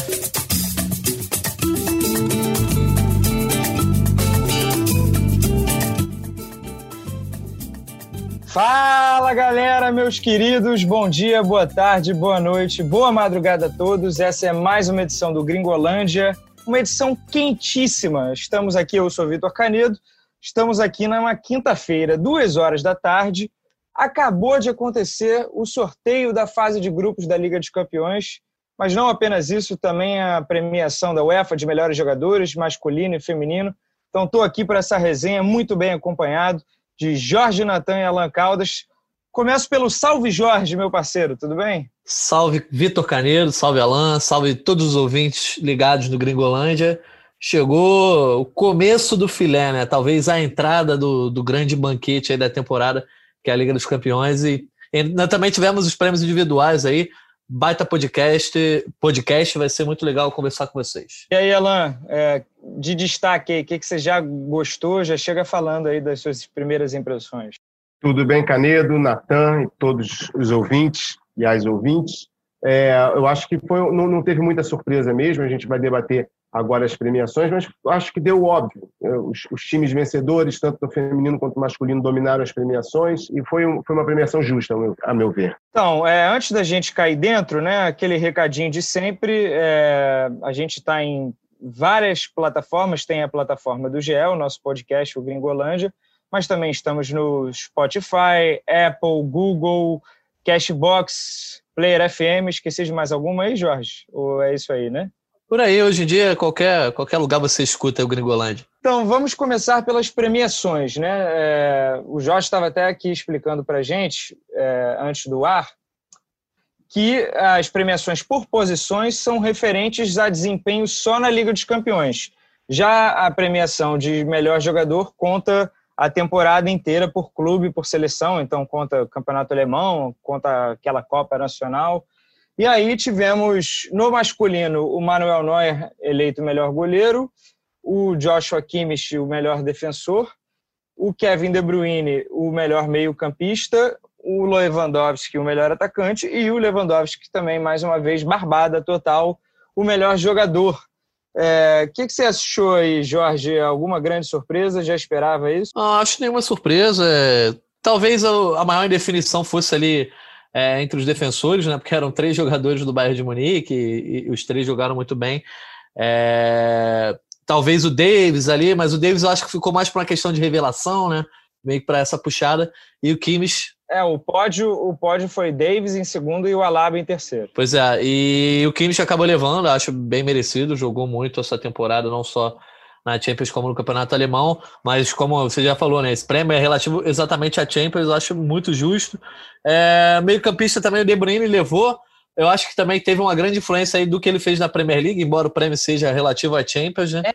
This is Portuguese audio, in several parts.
Fala, galera, meus queridos, bom dia, boa tarde, boa noite, boa madrugada a todos. Essa é mais uma edição do Gringolândia, uma edição quentíssima. Estamos aqui, eu sou Vitor Canedo, estamos aqui numa quinta-feira, 2h da tarde. Acabou de acontecer o sorteio da fase de grupos da Liga dos Campeões, mas não apenas isso, também a premiação da UEFA de melhores jogadores, masculino e feminino. Então estou aqui para essa resenha muito bem acompanhado de Jorge Natan e Alan Caldas. Começo pelo salve Jorge, meu parceiro, tudo bem? Salve Vitor Canedo, salve Alan, salve todos os ouvintes ligados no Gringolândia. Chegou o começo do filé, né? Talvez a entrada do grande banquete aí da temporada, que é a Liga dos Campeões. E nós também tivemos os prêmios individuais aí. Baita podcast, vai ser muito legal conversar com vocês. E aí, Alan, de destaque aí, o que você já gostou? Já chega falando aí das suas primeiras impressões. Tudo bem, Canedo, Natan e todos os ouvintes e as ouvintes. Eu acho que não teve muita surpresa mesmo, a gente vai debater agora as premiações, mas acho que deu óbvio. Os times vencedores, tanto no feminino quanto no masculino, dominaram as premiações e foi uma premiação justa, a meu ver. Então, antes da gente cair dentro, né, aquele recadinho de sempre, a gente está em várias plataformas, tem a plataforma do GE, o nosso podcast, o Gringolândia, mas também estamos no Spotify, Apple, Google, Cashbox, Player FM. Esqueci de mais alguma aí, Jorge? Ou é isso aí, né? Por aí, hoje em dia, qualquer lugar você escuta o Gringolândia. Então, vamos começar pelas premiações, né? O Jorge estava até aqui explicando para a gente, antes do ar, que as premiações por posições são referentes a desempenho só na Liga dos Campeões. Já a premiação de melhor jogador conta a temporada inteira por clube, por seleção, então conta o Campeonato Alemão, conta aquela Copa Nacional. E aí tivemos, no masculino, o Manuel Neuer eleito o melhor goleiro, o Joshua Kimmich o melhor defensor, o Kevin De Bruyne o melhor meio-campista, o Lewandowski o melhor atacante e o Lewandowski também, mais uma vez, barbada total, o melhor jogador. O que você achou aí, Jorge? Alguma grande surpresa? Já esperava isso? Não acho nenhuma surpresa. Talvez a maior indefinição fosse ali entre os defensores, né? Porque eram 3 jogadores do Bayern de Munique e os 3 jogaram muito bem. Talvez o Davies ali, mas o Davies eu acho que ficou mais para uma questão de revelação, né? Meio que para essa puxada. E o Kimmich... O pódio foi Davies em segundo e o Alaba em terceiro. Pois é, e o Kimmich acabou levando, acho bem merecido, jogou muito essa temporada, não só na Champions como no Campeonato Alemão, mas como você já falou, né, esse prêmio é relativo exatamente à Champions, eu acho muito justo. Meio-campista também o De Bruyne levou, eu acho que também teve uma grande influência aí do que ele fez na Premier League, embora o prêmio seja relativo à Champions, né?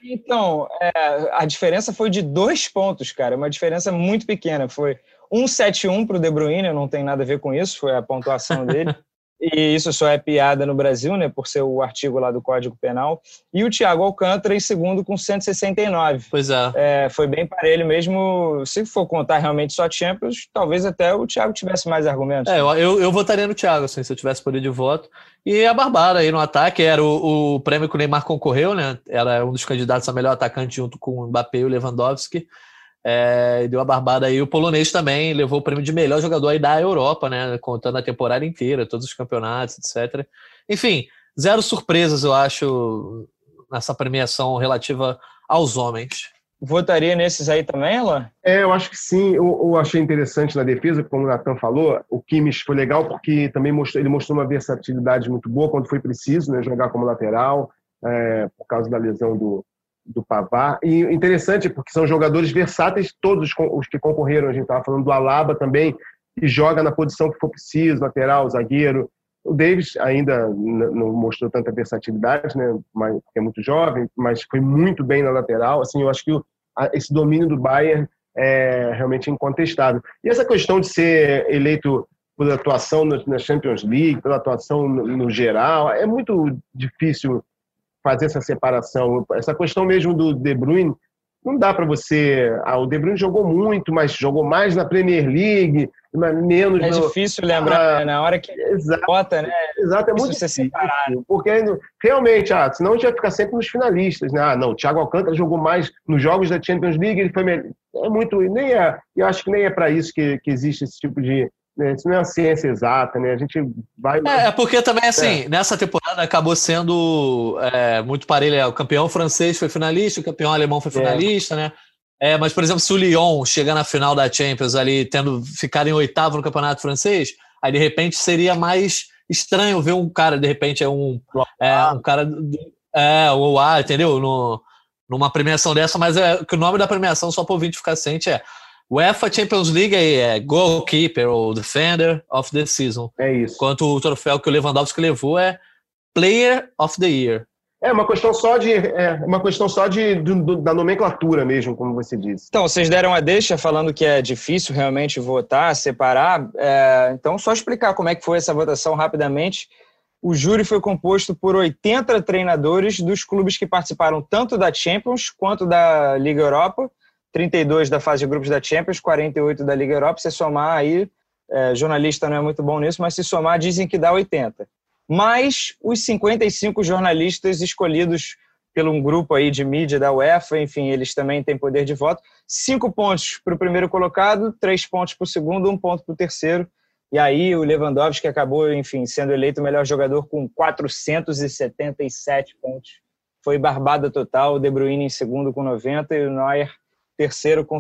A diferença foi de 2 pontos, cara, uma diferença muito pequena, foi 1,71 para o De Bruyne, não tem nada a ver com isso, foi a pontuação dele. E isso só é piada no Brasil, né, por ser o artigo lá do Código Penal. E o Thiago Alcântara em segundo com 169. Pois é. Foi bem parelho mesmo. Se for contar realmente só Champions, talvez até o Thiago tivesse mais argumentos. Eu votaria no Thiago, assim, se eu tivesse poder de voto. E a barbada aí no ataque, era o prêmio que o Neymar concorreu, né? Era um dos candidatos a melhor atacante junto com o Mbappé e o Lewandowski. Deu a barbada aí. O polonês também levou o prêmio de melhor jogador aí da Europa, né? Contando a temporada inteira, todos os campeonatos, etc. Enfim, 0 surpresas, eu acho, nessa premiação relativa aos homens. Votaria nesses aí também, Alain? Eu acho que sim. Eu achei interessante na defesa, como o Natan falou, o Kimmich foi legal porque também ele mostrou uma versatilidade muito boa quando foi preciso, né? Jogar como lateral, por causa da lesão do Pavard. E interessante, porque são jogadores versáteis, todos os que concorreram. A gente estava falando do Alaba também, que joga na posição que for preciso, lateral, zagueiro. O Davies ainda não mostrou tanta versatilidade, né? Porque é muito jovem, mas foi muito bem na lateral. Assim, eu acho que esse domínio do Bayern é realmente incontestável. E essa questão de ser eleito por atuação na Champions League, pela atuação no geral, é muito difícil fazer essa separação. Essa questão mesmo do De Bruyne, não dá para você... o De Bruyne jogou muito, mas jogou mais na Premier League, menos... É difícil lembrar, né? Na hora que bota, né? Exato, é muito difícil, porque realmente, senão a gente vai ficar sempre nos finalistas, né? Não, o Thiago Alcântara jogou mais nos jogos da Champions League, ele foi melhor. É muito... eu acho que nem é para isso que existe esse tipo de... Isso não é uma ciência exata, né? A gente vai... porque também, assim, nessa temporada acabou sendo muito parelho. O campeão francês foi finalista, o campeão alemão foi finalista, né? Mas, por exemplo, se o Lyon chegar na final da Champions ali, ficado em oitavo no campeonato francês, aí, de repente, seria mais estranho ver um cara, de repente, um cara... entendeu? Numa premiação dessa, mas que o nome da premiação, só para o ouvinte ficar ciente, UEFA Champions League é Goalkeeper ou Defender of the Season. É isso. Enquanto o troféu que o Lewandowski levou é Player of the Year. É uma questão só da nomenclatura mesmo, como você disse. Então, vocês deram a deixa falando que é difícil realmente votar, separar. Então, só explicar como é que foi essa votação rapidamente. O júri foi composto por 80 treinadores dos clubes que participaram tanto da Champions quanto da Liga Europa, 32 da fase de grupos da Champions, 48 da Liga Europa. Se somar aí, jornalista não é muito bom nisso, mas se somar dizem que dá 80. Mais os 55 jornalistas escolhidos por um grupo aí de mídia da UEFA, enfim, eles também têm poder de voto. 5 pontos para o primeiro colocado, 3 pontos para o segundo, 1 ponto para o terceiro. E aí o Lewandowski acabou, enfim, sendo eleito o melhor jogador com 477 pontos. Foi barbada total, o De Bruyne em segundo com 90 e o Neuer terceiro com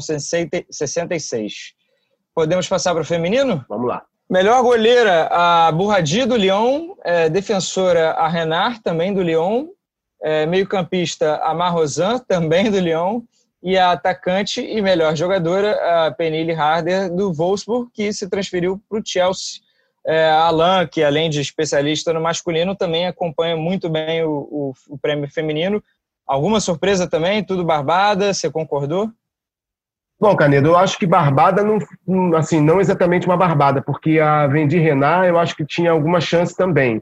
66. Podemos passar para o feminino? Vamos lá. Melhor goleira, a Bourradi do Lyon. Defensora, a Renard, também do Lyon. Meio-campista, a Marozan, também do Lyon. E a atacante e melhor jogadora, a Pernille Harder, do Wolfsburg, que se transferiu para o Chelsea. A Alain, que além de especialista no masculino, também acompanha muito bem o prêmio feminino. Alguma surpresa também? Tudo barbada? Você concordou? Bom, Canedo, eu acho que barbada não exatamente uma barbada, porque a Wendy Renard eu acho que tinha alguma chance também.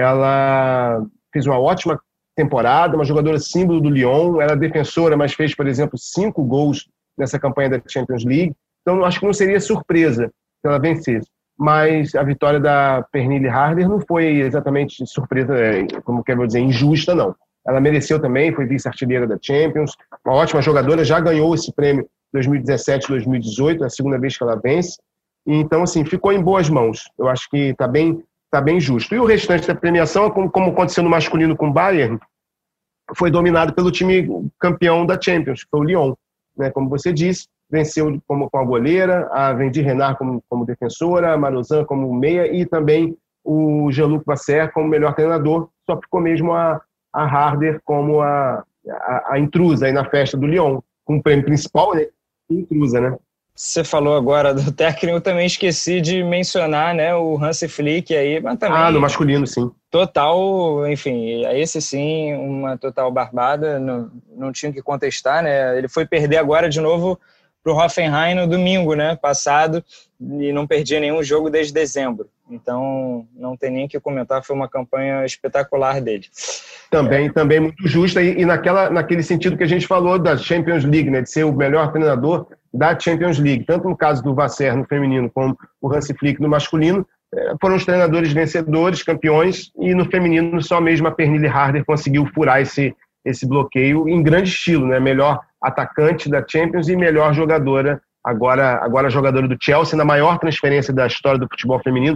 Ela fez uma ótima temporada, uma jogadora símbolo do Lyon, era defensora, mas fez, por exemplo, 5 gols nessa campanha da Champions League, então acho que não seria surpresa se ela vencesse. Mas a vitória da Pernille Harder não foi exatamente surpresa, como quero dizer, injusta, não. Ela mereceu também, foi vice-artilheira da Champions, uma ótima jogadora, já ganhou esse prêmio 2017, 2018, é a segunda vez que ela vence. Então, assim, ficou em boas mãos. Eu acho que está bem justo. E o restante da premiação, como aconteceu no masculino com o Bayern, foi dominado pelo time campeão da Champions, que foi o Lyon. Né? Como você disse, venceu com a goleira, a Wendy Renard como defensora, a Marozan como meia e também o Jean-Luc Vasseur como melhor treinador. Só ficou mesmo a Harder como a intrusa aí na festa do Lyon, com o prêmio principal, né? Intrusa, né? Você falou agora do técnico, eu também esqueci de mencionar, né, o Hansi Flick aí, mas também... no masculino, sim. Total, enfim, esse sim, uma total barbada, não tinha o que contestar, né? Ele foi perder agora de novo para o Hoffenheim no domingo, né, passado, e não perdia nenhum jogo desde dezembro. Então, não tem nem o que comentar, foi uma campanha espetacular dele. Também muito justa, e naquele sentido que a gente falou da Champions League, né, de ser o melhor treinador da Champions League, tanto no caso do Vasseur no feminino como o Hansi Flick no masculino, foram os treinadores vencedores, campeões, e no feminino só mesmo a Pernille Harder conseguiu furar esse bloqueio em grande estilo, né? Melhor atacante da Champions e melhor jogadora, agora jogadora do Chelsea, na maior transferência da história do futebol feminino,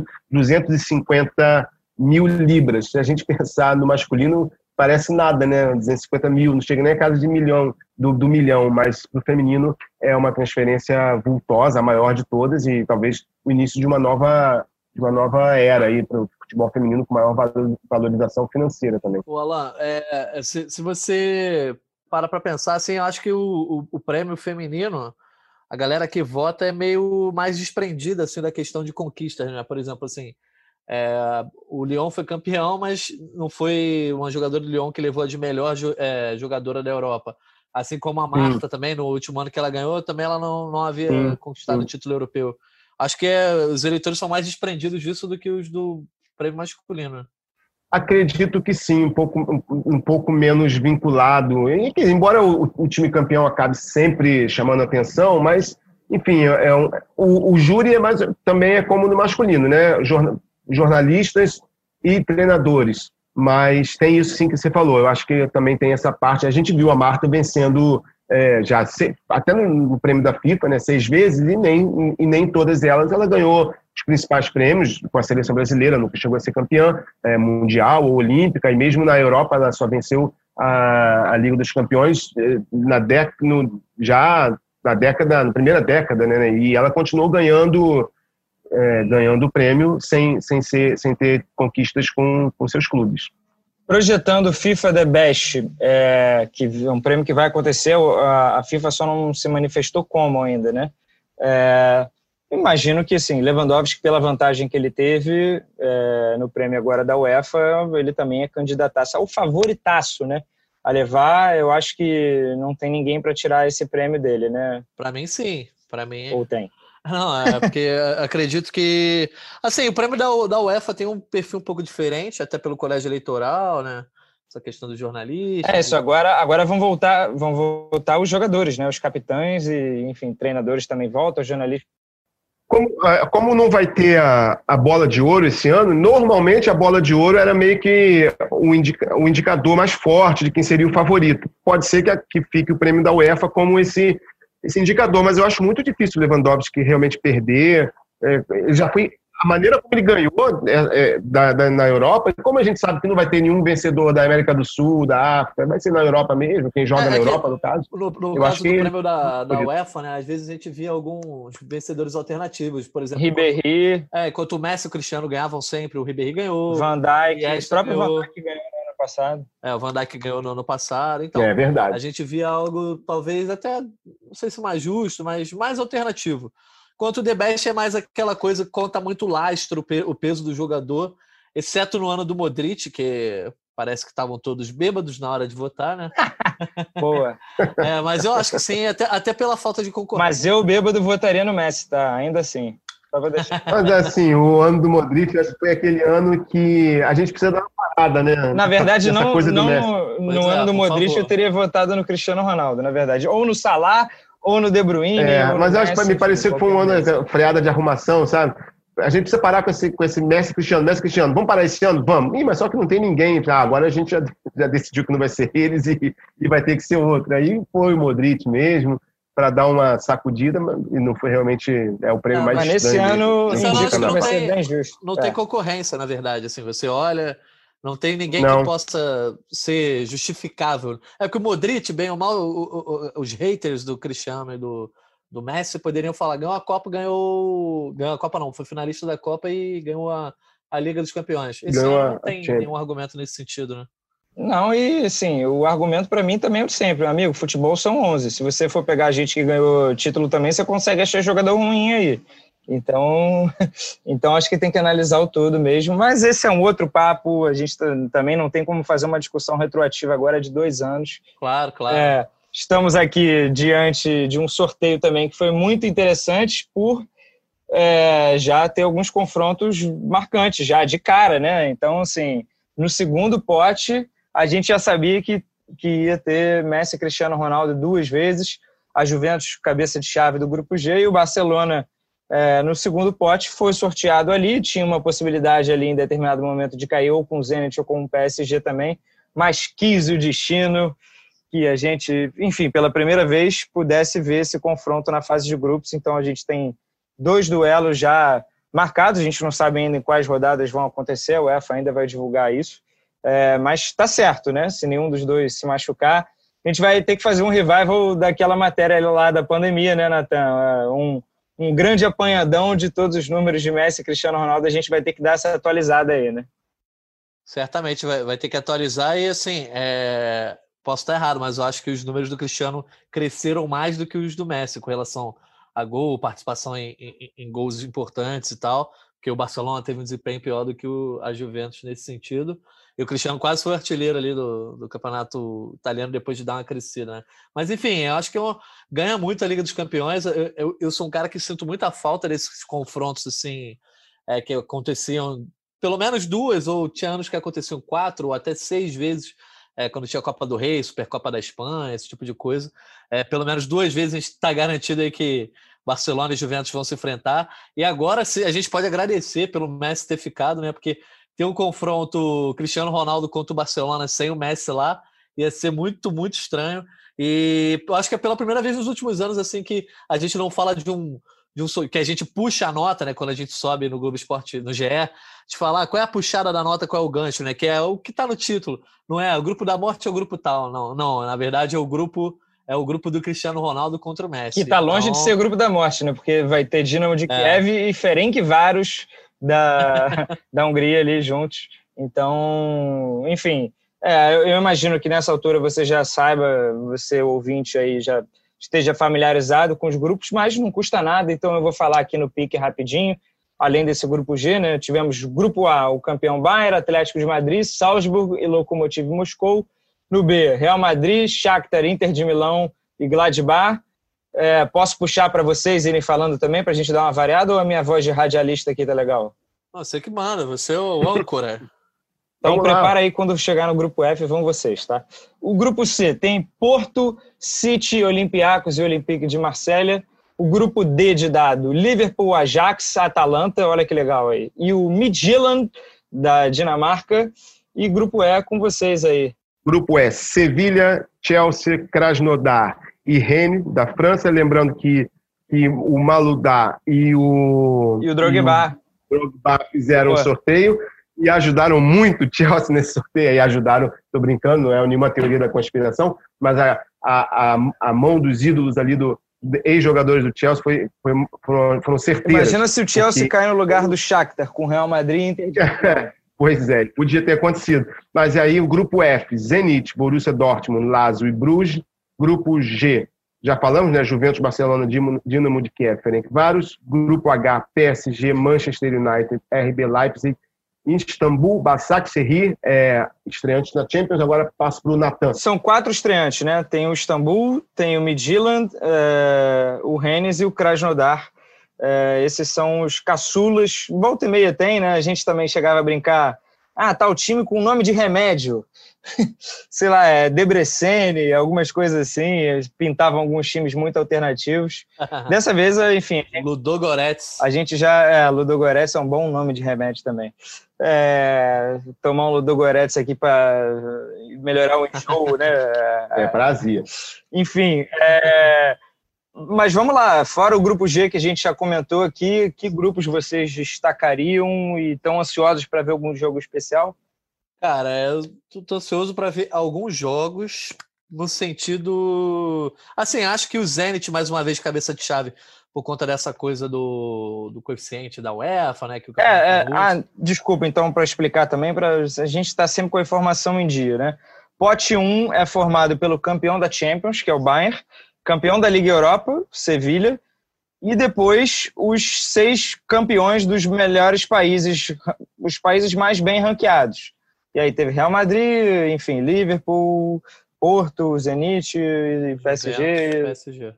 250 mil libras. Se a gente pensar no masculino, parece nada, né? 250 mil, não chega nem a casa de milhão, do milhão, mas para o feminino é uma transferência vultosa, a maior de todas, e talvez o início de uma nova era aí para o futebol feminino com maior valorização financeira também. O Alan, se você para pensar, assim, eu acho que o prêmio feminino, a galera que vota é meio mais desprendida assim, da questão de conquistas, né? Por exemplo, assim, o Lyon foi campeão, mas não foi uma jogadora do Lyon que levou a de melhor jogadora da Europa. Assim como a Marta também, no último ano que ela ganhou, também ela não havia conquistado o título europeu. Acho que os eleitores são mais desprendidos disso do que os do prêmio masculino. Acredito que sim, um pouco menos vinculado. Embora o time campeão acabe sempre chamando atenção, mas, enfim, o júri também é como no masculino, né? Jornalistas e treinadores. Mas tem isso sim que você falou. Eu acho que também tem essa parte. A gente viu a Marta vencendo até no prêmio da FIFA, né, 6 vezes, e nem todas elas ela ganhou os principais prêmios com a seleção brasileira, nunca chegou a ser campeã mundial ou olímpica, e mesmo na Europa ela só venceu a Liga dos Campeões na primeira década, né, e ela continuou ganhando o prêmio sem ter conquistas com seus clubes. Projetando o FIFA The Best, que é um prêmio que vai acontecer, a FIFA só não se manifestou como ainda, né? Imagino que, assim, Lewandowski, pela vantagem que ele teve no prêmio agora da UEFA, ele também é candidataço ao favoritaço, né? A levar, eu acho que não tem ninguém para tirar esse prêmio dele, né? Para mim, sim. Para mim... Ou tem? Não, porque acredito que... Assim, o prêmio da UEFA tem um perfil um pouco diferente, até pelo colégio eleitoral, né? Essa questão dos jornalistas. Isso, agora vão voltar os jogadores, né? Os capitães e, enfim, treinadores também voltam, os jornalistas. Como não vai ter a bola de ouro esse ano, normalmente a bola de ouro era meio que o indicador mais forte de quem seria o favorito. Pode ser que fique o prêmio da UEFA como esse indicador, mas eu acho muito difícil o Lewandowski realmente perder. Já foi a maneira como ele ganhou na Europa, como a gente sabe que não vai ter nenhum vencedor da América do Sul, da África, vai ser na Europa mesmo, quem joga na Europa, no caso. No caso do prêmio da UEFA, né, às vezes a gente via alguns vencedores alternativos, por exemplo... Ribéry. Enquanto o Messi e o Cristiano ganhavam sempre, o Ribéry ganhou. Van Dijk, o próprio Van Dijk ganhou no ano passado. O Van Dijk ganhou no ano passado. Então, é verdade. A gente via algo, talvez, até, não sei se mais justo, mas mais alternativo. Enquanto o The Best é mais aquela coisa que conta muito lastro, o peso do jogador, exceto no ano do Modric, que parece que estavam todos bêbados na hora de votar, né? Boa. Mas eu acho que sim, até pela falta de concorrência. Mas eu, bêbado, votaria no Messi, tá? Ainda assim. Mas assim, o ano do Modric acho que foi aquele ano que a gente precisa dar uma parada, né? Na verdade, no ano do Modric favor. Eu teria votado no Cristiano Ronaldo, na verdade. Ou no Salah, ou no De Bruyne. Mas eu acho que me pareceu que foi um ano freada de arrumação, sabe? A gente precisa parar com esse Messi Cristiano. Vamos parar esse ano? Vamos. Mas só que não tem ninguém. Agora a gente já decidiu que não vai ser eles e vai ter que ser outro. Aí foi o Modric mesmo, para dar uma sacudida, e não foi realmente o prêmio mais estranho. Mas nesse ano, vai ser bem justo. Não tem concorrência, na verdade. Assim, você olha... Não tem ninguém que possa ser justificável. Porque o Modric, bem ou mal, os haters do Cristiano e do Messi poderiam falar, ganhou a Copa, ganhou a Copa não, foi finalista da Copa e ganhou a Liga dos Campeões. Esse ano não tem nenhum argumento nesse sentido, né? Não, e sim, o argumento para mim também é o de sempre. Amigo, futebol são 11. Se você for pegar a gente que ganhou título também, você consegue achar jogador ruim aí. Então acho que tem que analisar o todo mesmo, mas esse é um outro papo, a gente também não tem como fazer uma discussão retroativa agora de 2 anos. Claro. Estamos aqui diante de um sorteio também que foi muito interessante por já ter alguns confrontos marcantes, já de cara, né? Então, assim, no segundo pote, a gente já sabia que ia ter Messi e Cristiano Ronaldo 2 vezes, a Juventus cabeça de chave do Grupo G e o Barcelona no segundo pote foi sorteado ali, tinha uma possibilidade ali em determinado momento de cair ou com o Zenit ou com o PSG também, mas quis o destino que a gente, enfim, pela primeira vez pudesse ver esse confronto na fase de grupos. Então a gente tem 2 duelos já marcados, a gente não sabe ainda em quais rodadas vão acontecer, a UEFA ainda vai divulgar isso, mas está certo, né? Se nenhum dos dois se machucar, a gente vai ter que fazer um revival daquela matéria lá da pandemia, né, Nathan? Um grande apanhadão de todos os números de Messi e Cristiano Ronaldo, a gente vai ter que dar essa atualizada aí, né? Certamente vai ter que atualizar e, assim, posso estar errado, mas eu acho que os números do Cristiano cresceram mais do que os do Messi com relação a gol, participação em gols importantes e tal, porque o Barcelona teve um desempenho pior do que a Juventus nesse sentido. E o Cristiano quase foi artilheiro ali do campeonato italiano depois de dar uma crescida, né? Mas, enfim, eu acho que ganha muito a Liga dos Campeões. Eu sou um cara que sinto muita falta desses confrontos, assim, que aconteciam pelo menos 2, ou tinha anos que aconteciam 4 ou até 6 vezes, quando tinha a Copa do Rei, Supercopa da Espanha, esse tipo de coisa. Pelo menos 2 vezes a gente está garantido aí que Barcelona e Juventus vão se enfrentar. E agora a gente pode agradecer pelo Messi ter ficado, né? Porque ter um confronto Cristiano Ronaldo contra o Barcelona sem o Messi lá ia ser muito, muito estranho. E eu acho que é pela primeira vez nos últimos anos assim que a gente não fala que a gente puxa a nota, né? Quando a gente sobe no Globo Esporte, no GE, de falar qual é a puxada da nota, qual é o gancho, né? Que é o que está no título. Não é o grupo da morte ou o grupo tal. Não, na verdade é o grupo do Cristiano Ronaldo contra o Messi. Que está longe de ser o grupo da morte, né? Porque vai ter Dinamo de Kiev e Ferencváros da Hungria ali juntos. Então, enfim, eu imagino que nessa altura você já saiba, você ouvinte aí já esteja familiarizado com os grupos, mas não custa nada, então eu vou falar aqui no pique rapidinho. Além desse grupo G, né, tivemos grupo A, o campeão Bayern, Atlético de Madrid, Salzburg e Lokomotiv Moscou. No B, Real Madrid, Shakhtar, Inter de Milão e Gladbach. Posso puxar para vocês irem falando também, para a gente dar uma variada, ou a minha voz de radialista aqui tá legal? Você que manda, você é o âncora. Então prepara aí, quando chegar no grupo F, vão vocês, tá? O grupo C tem Porto, City, Olympiacos e Olympique de Marselha. O grupo D de dado, Liverpool, Ajax, Atalanta, olha que legal aí. E o Midtjylland, da Dinamarca. E grupo E com vocês aí. Grupo E, Sevilha, Chelsea, Krasnodar e Rennes, da França. Lembrando que o Maludá e o Drogba fizeram o sorteio e ajudaram muito o Chelsea nesse sorteio. Aí ajudaram, estou brincando, não é nenhuma teoria da conspiração, mas a mão dos ídolos ali ex-jogadores do Chelsea foram certeiras. Imagina se o Chelsea cai no lugar do Shakhtar, com o Real Madrid e Inter de Milão. Pois é, podia ter acontecido. Mas aí o grupo F, Zenit, Borussia Dortmund, Lazio e Bruges. Grupo G, já falamos, né? Juventus, Barcelona, Dinamo de Kiev, Ferencváros. Grupo H, PSG, Manchester United, RB Leipzig, Istambul, Başakşehir, estreantes na Champions. Agora passo para o Natan. São 4 estreantes, né? Tem o Istambul, tem o Midtjylland, o Rennes e o Krasnodar. Esses são os caçulas. Volta e meia tem, né? A gente também chegava a brincar. Tá o time com nome de remédio. Sei lá, Debreceni, algumas coisas assim. Eles pintavam alguns times muito alternativos. Dessa vez, enfim... Ludogorets. A gente já... Ludogorets é um bom nome de remédio também. Tomar um Ludogorets aqui para melhorar o enjoo, né? Prazer. Enfim, mas vamos lá, fora o grupo G que a gente já comentou aqui, que grupos vocês destacariam e estão ansiosos para ver algum jogo especial? Cara, eu tô ansioso para ver alguns jogos no sentido... Assim, acho que o Zenit, mais uma vez, cabeça de chave, por conta dessa coisa do coeficiente da UEFA, né? Que desculpa, então, para explicar também, a gente está sempre com a informação em dia, né? Pote 1 é formado pelo campeão da Champions, que é o Bayern, campeão da Liga Europa, Sevilha, e depois os 6 campeões dos melhores países, os países mais bem ranqueados. E aí teve Real Madrid, enfim, Liverpool, Porto, Zenit, PSG.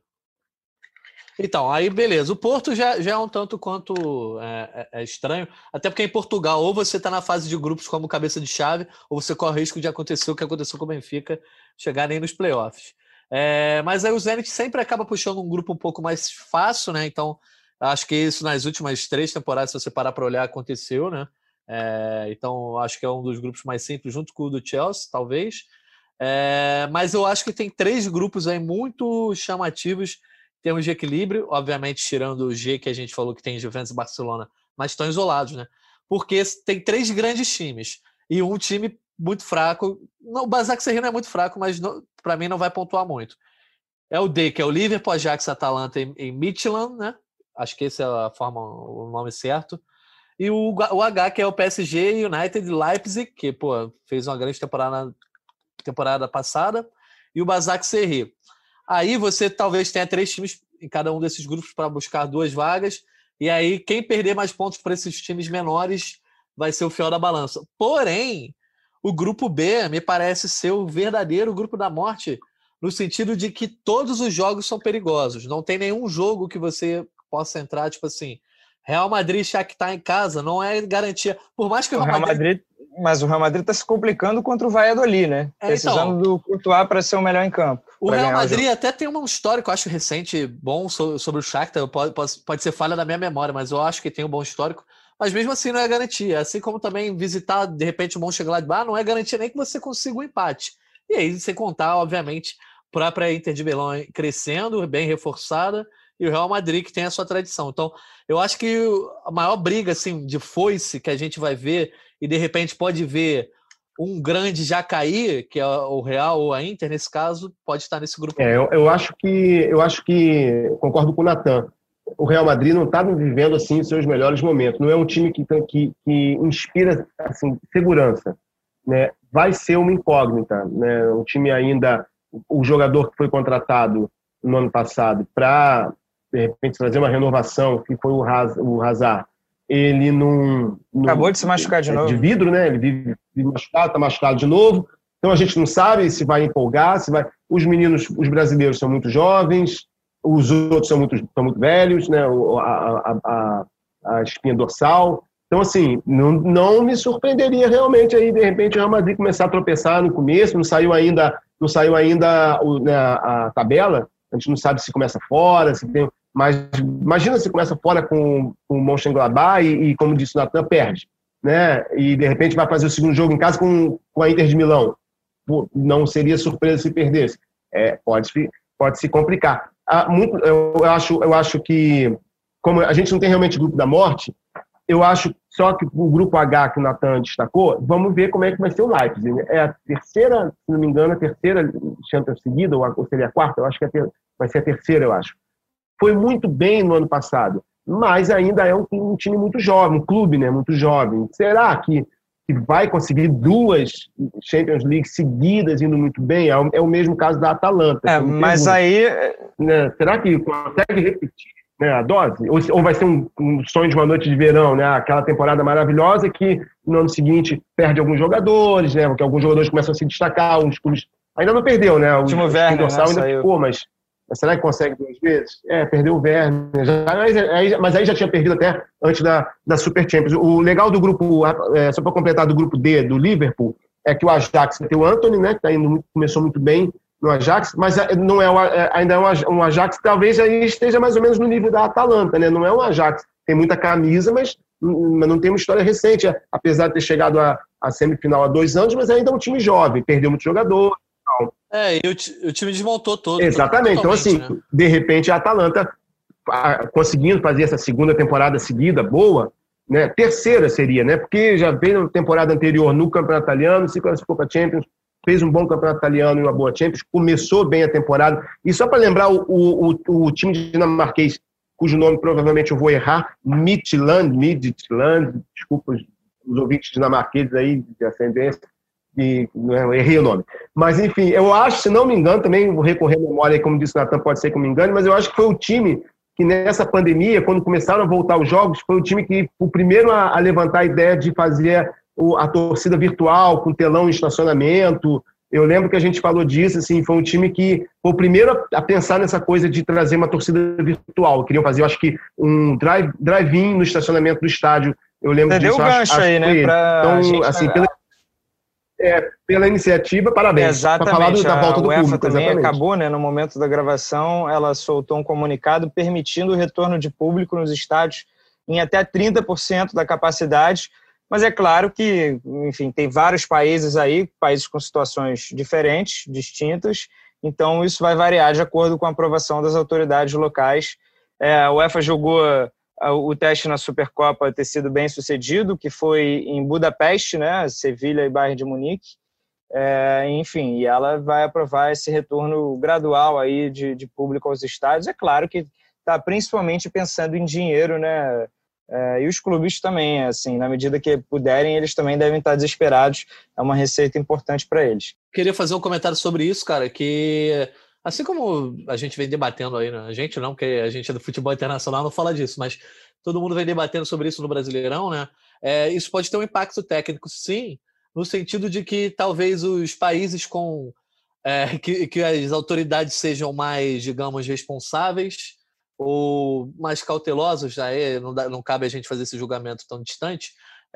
Então, aí beleza. O Porto já é um tanto quanto estranho, até porque em Portugal ou você está na fase de grupos como cabeça de chave, ou você corre o risco de acontecer o que aconteceu com o Benfica, chegar nem nos playoffs. Mas aí o Zenit sempre acaba puxando um grupo um pouco mais fácil, né? Então, acho que isso nas últimas 3 temporadas, se você parar para olhar, aconteceu, né? Então, acho que é um dos grupos mais simples, junto com o do Chelsea, talvez. Mas eu acho que tem 3 grupos aí muito chamativos em termos de equilíbrio, obviamente tirando o G que a gente falou que tem Juventus e Barcelona, mas estão isolados, né? Porque tem 3 grandes times e um time muito fraco. O Başakşehir não é muito fraco, mas para mim não vai pontuar muito. É o D, que é o Liverpool, Ajax, Atalanta e Midtjylland, né? Acho que esse é o nome certo. E o H, que é o PSG, United, Leipzig, que fez uma grande temporada passada, e o Başakşehir. Aí você talvez tenha 3 times em cada um desses grupos para buscar 2 vagas, e aí quem perder mais pontos para esses times menores vai ser o fiel da balança. Porém, o grupo B me parece ser o verdadeiro grupo da morte, no sentido de que todos os jogos são perigosos. Não tem nenhum jogo que você possa entrar, tipo assim, Real Madrid e Shakhtar em casa não é garantia. Por mais que o Real Madrid... Mas o Real Madrid está se complicando contra o Valladolid, né? Precisando do Courtois para ser o melhor em campo. O Real Madrid até tem um histórico, acho, recente, bom sobre o Shakhtar. Pode ser falha da minha memória, mas eu acho que tem um bom histórico. Mas mesmo assim não é garantia. Assim como também visitar, de repente, o Mönchengladbach não é garantia nem que você consiga um empate. E aí, sem contar, obviamente, a própria Inter de Milão crescendo, bem reforçada, e o Real Madrid, que tem a sua tradição. Então, eu acho que a maior briga assim, de foice que a gente vai ver, e de repente pode ver um grande já cair, que é o Real ou a Inter, nesse caso, pode estar nesse grupo. Eu acho que concordo com o Natan. O Real Madrid não está vivendo assim os seus melhores momentos. Não é um time que inspira assim, segurança, né? Vai ser uma incógnita, né? O time ainda, o jogador que foi contratado no ano passado para de repente fazer uma renovação, que foi o Hazard, ele não acabou de se machucar de novo. De vidro, né? Ele vive machucado, está machucado de novo. Então a gente não sabe se vai empolgar, se vai. Os meninos, os brasileiros são muito jovens, os outros são muito velhos, né? A espinha dorsal. Então, assim, não me surpreenderia realmente aí, de repente, o Real Madrid começar a tropeçar no começo, não saiu ainda né, a tabela, a gente não sabe se começa fora, se tem. Mas imagina se começa fora com o Mönchengladbach e, como disse o Natan, perde, né? E de repente vai fazer o segundo jogo em casa com a Inter de Milão. Pô, não seria surpresa se perdesse. Pode se complicar. Eu acho que, como a gente não tem realmente grupo da morte, eu acho só que o grupo H que o Natan destacou, vamos ver como é que vai ser o Leipzig. É a terceira, se não me engano, a terceira Champions seguida, ou seria a quarta, eu acho que vai ser a terceira, eu acho. Foi muito bem no ano passado, mas ainda é um time muito jovem, um clube, né, muito jovem. Será que vai conseguir 2 Champions League seguidas indo muito bem? É o mesmo caso da Atalanta. Mas aí... Né, será que consegue repetir, né, a dose? Ou vai ser um sonho de uma noite de verão, né? Aquela temporada maravilhosa que no ano seguinte perde alguns jogadores, né? Porque alguns jogadores começam a se destacar, uns clubes... Ainda não perdeu, né? O Werner, dorsal ainda ficou, mas será que consegue 2 vezes? Perdeu o Werner. Mas aí já tinha perdido até antes da Super Champions. O legal do grupo, só para completar, do grupo D, do Liverpool, é que o Ajax tem o Antony, né, que começou muito bem no Ajax, mas não ainda é um Ajax que talvez aí esteja mais ou menos no nível da Atalanta, né? Não é um Ajax, tem muita camisa, mas não tem uma história recente, apesar de ter chegado à semifinal há 2 anos, mas ainda é um time jovem, perdeu muito jogador. E o time desmontou todo. Exatamente. Então, assim, né? De repente a Atalanta, conseguindo fazer essa segunda temporada seguida, boa, né? Terceira seria, né? Porque já veio na temporada anterior no Campeonato Italiano, se classificou para a Champions, fez um bom Campeonato Italiano e uma boa Champions, começou bem a temporada. E só para lembrar, o time dinamarquês, cujo nome provavelmente eu vou errar, Midtjylland, desculpa os ouvintes dinamarqueses aí de ascendência, eu errei o nome. Mas, enfim, eu acho, se não me engano, também vou recorrer à memória, aí, como disse o Natan, pode ser que eu me engane, mas eu acho que foi o time que nessa pandemia, quando começaram a voltar os jogos, foi o time que o primeiro a levantar a ideia de fazer a torcida virtual, com telão em estacionamento. Eu lembro que a gente falou disso, assim, foi um time que foi o primeiro a pensar nessa coisa de trazer uma torcida virtual. Queriam fazer, eu acho que um drive-in no estacionamento do estádio. Eu lembro disso. Deu gancho aí, né? Então, assim, pela iniciativa, parabéns. Exatamente. Para falar da volta do UEFA público, também exatamente. acabou, né? No momento da gravação, ela soltou um comunicado permitindo o retorno de público nos estádios em até 30% da capacidade. Mas é claro que, enfim, tem vários países aí, países com situações diferentes, distintas, então isso vai variar de acordo com a aprovação das autoridades locais. A UEFA julgou o teste na Supercopa ter sido bem sucedido, que foi em Budapeste, né, Sevilha e Bayern de Munique. Enfim, e ela vai aprovar esse retorno gradual aí de público aos estádios. É claro que está principalmente pensando em dinheiro, né? E os clubes também, assim, na medida que puderem, eles também devem estar desesperados. É uma receita importante para eles. Queria fazer um comentário sobre isso, cara, que assim como a gente vem debatendo aí, né? A gente não, porque a gente é do futebol internacional, não fala disso, mas todo mundo vem debatendo sobre isso no Brasileirão, né? Isso pode ter um impacto técnico, sim, no sentido de que talvez os países com que as autoridades sejam mais, digamos, responsáveis, ou mais cautelosos, aí não cabe a gente fazer esse julgamento tão distante,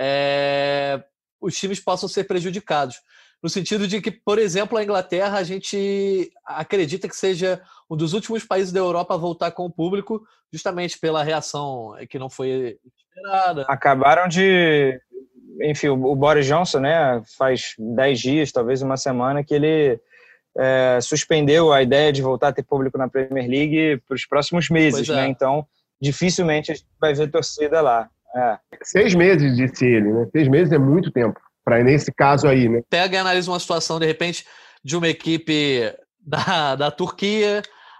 os times possam ser prejudicados. No sentido de que, por exemplo, a Inglaterra, a gente acredita que seja um dos últimos países da Europa a voltar com o público, justamente pela reação que não foi esperada. Acabaram de... Enfim, o Boris Johnson, né, faz 10 dias, talvez uma semana, que ele suspendeu a ideia de voltar a ter público na Premier League para os próximos meses, né? Então, dificilmente a gente vai ver torcida lá. 6 meses, disse ele, né? 6 meses é muito tempo, para nesse caso aí, né? Pega e analisa uma situação, de repente, de uma equipe da Turquia,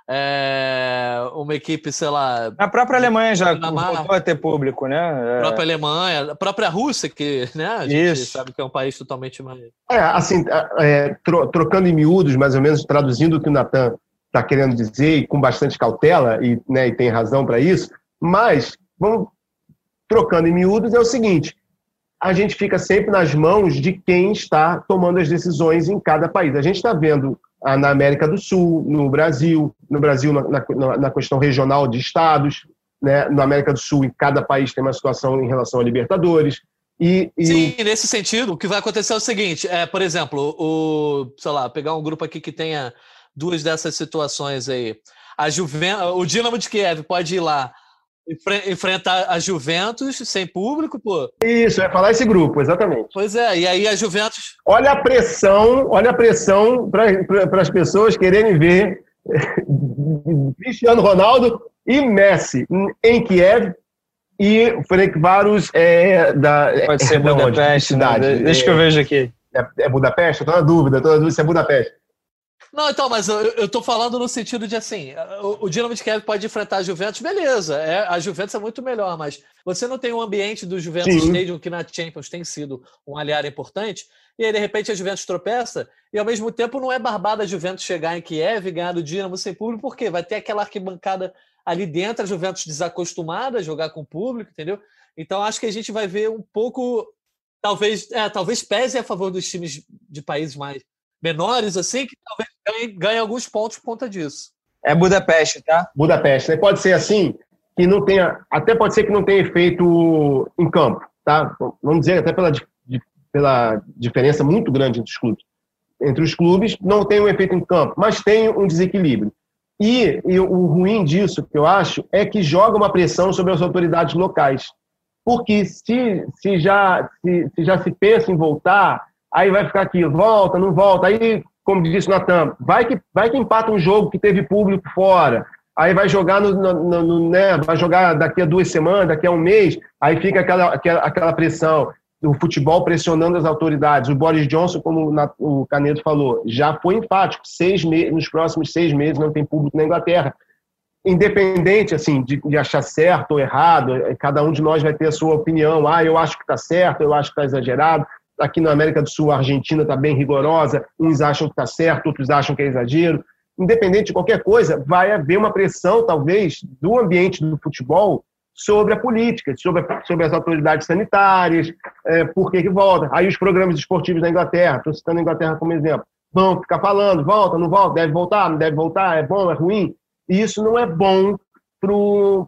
uma equipe, sei lá... A própria Alemanha já voltou a ter público, né? A própria Alemanha, a própria Rússia, que, né, a gente sabe que é um país totalmente mais... Assim, trocando em miúdos, mais ou menos, traduzindo o que o Nathan está querendo dizer, e com bastante cautela, e tem razão para isso, mas, vamos trocando em miúdos, é o seguinte: a gente fica sempre nas mãos de quem está tomando as decisões em cada país. A gente está vendo na América do Sul, no Brasil na questão regional de estados, né? Na América do Sul, em cada país tem uma situação em relação a Libertadores. Sim, nesse sentido, o que vai acontecer é o seguinte, por exemplo, sei lá, pegar um grupo aqui que tenha 2 dessas situações aí. O Dinamo de Kiev pode ir lá enfrentar a Juventus sem público, pô. Isso, falar esse grupo, exatamente. Pois é, e aí a Juventus... Olha a pressão para as pessoas quererem ver Cristiano Ronaldo e Messi em Kiev e Ferencváros pode ser Budapeste, né? Deixa que eu vejo aqui. É Budapeste? Estou na dúvida se é Budapeste. Não, então, mas eu tô falando no sentido de, assim, o Dinamo de Kiev pode enfrentar a Juventus, beleza, a Juventus é muito melhor, mas você não tem um ambiente do Juventus Stadium, que na Champions tem sido um aliado importante, e aí, de repente, a Juventus tropeça, e ao mesmo tempo não é barbada a Juventus chegar em Kiev e ganhar do Dinamo sem público, por quê? Vai ter aquela arquibancada ali dentro, a Juventus desacostumada a jogar com o público, entendeu? Então, acho que a gente vai ver um pouco, talvez pese a favor dos times de países mais menores, assim, que talvez ganhe alguns pontos por conta disso. É Budapeste, tá? Budapeste, né? Pode ser assim, que não tenha, até pode ser que não tenha efeito em campo, tá? Vamos dizer, até pela diferença muito grande entre os clubes, não tem um efeito em campo, mas tem um desequilíbrio. E o ruim disso, que eu acho, é que joga uma pressão sobre as autoridades locais. Porque se já se pensa em voltar, aí vai ficar aqui, volta, não volta. Aí, como disse o Nathan, vai que empata um jogo que teve público fora. Aí vai jogar né, vai jogar daqui a 2 semanas, daqui a um mês. Aí fica aquela pressão do futebol pressionando as autoridades. O Boris Johnson, como o Canedo falou, já foi enfático. Nos próximos 6 meses não tem público na Inglaterra. Independente assim, de achar certo ou errado, cada um de nós vai ter a sua opinião. Eu acho que está certo, eu acho que está exagerado. Aqui na América do Sul, a Argentina está bem rigorosa, uns acham que está certo, outros acham que é exagero. Independente de qualquer coisa, vai haver uma pressão, talvez, do ambiente do futebol sobre a política, sobre as autoridades sanitárias, por que volta. Aí os programas esportivos da Inglaterra, estou citando a Inglaterra como exemplo, vão ficar falando, volta, não volta, deve voltar, não deve voltar, é bom, é ruim. E isso não é bom pro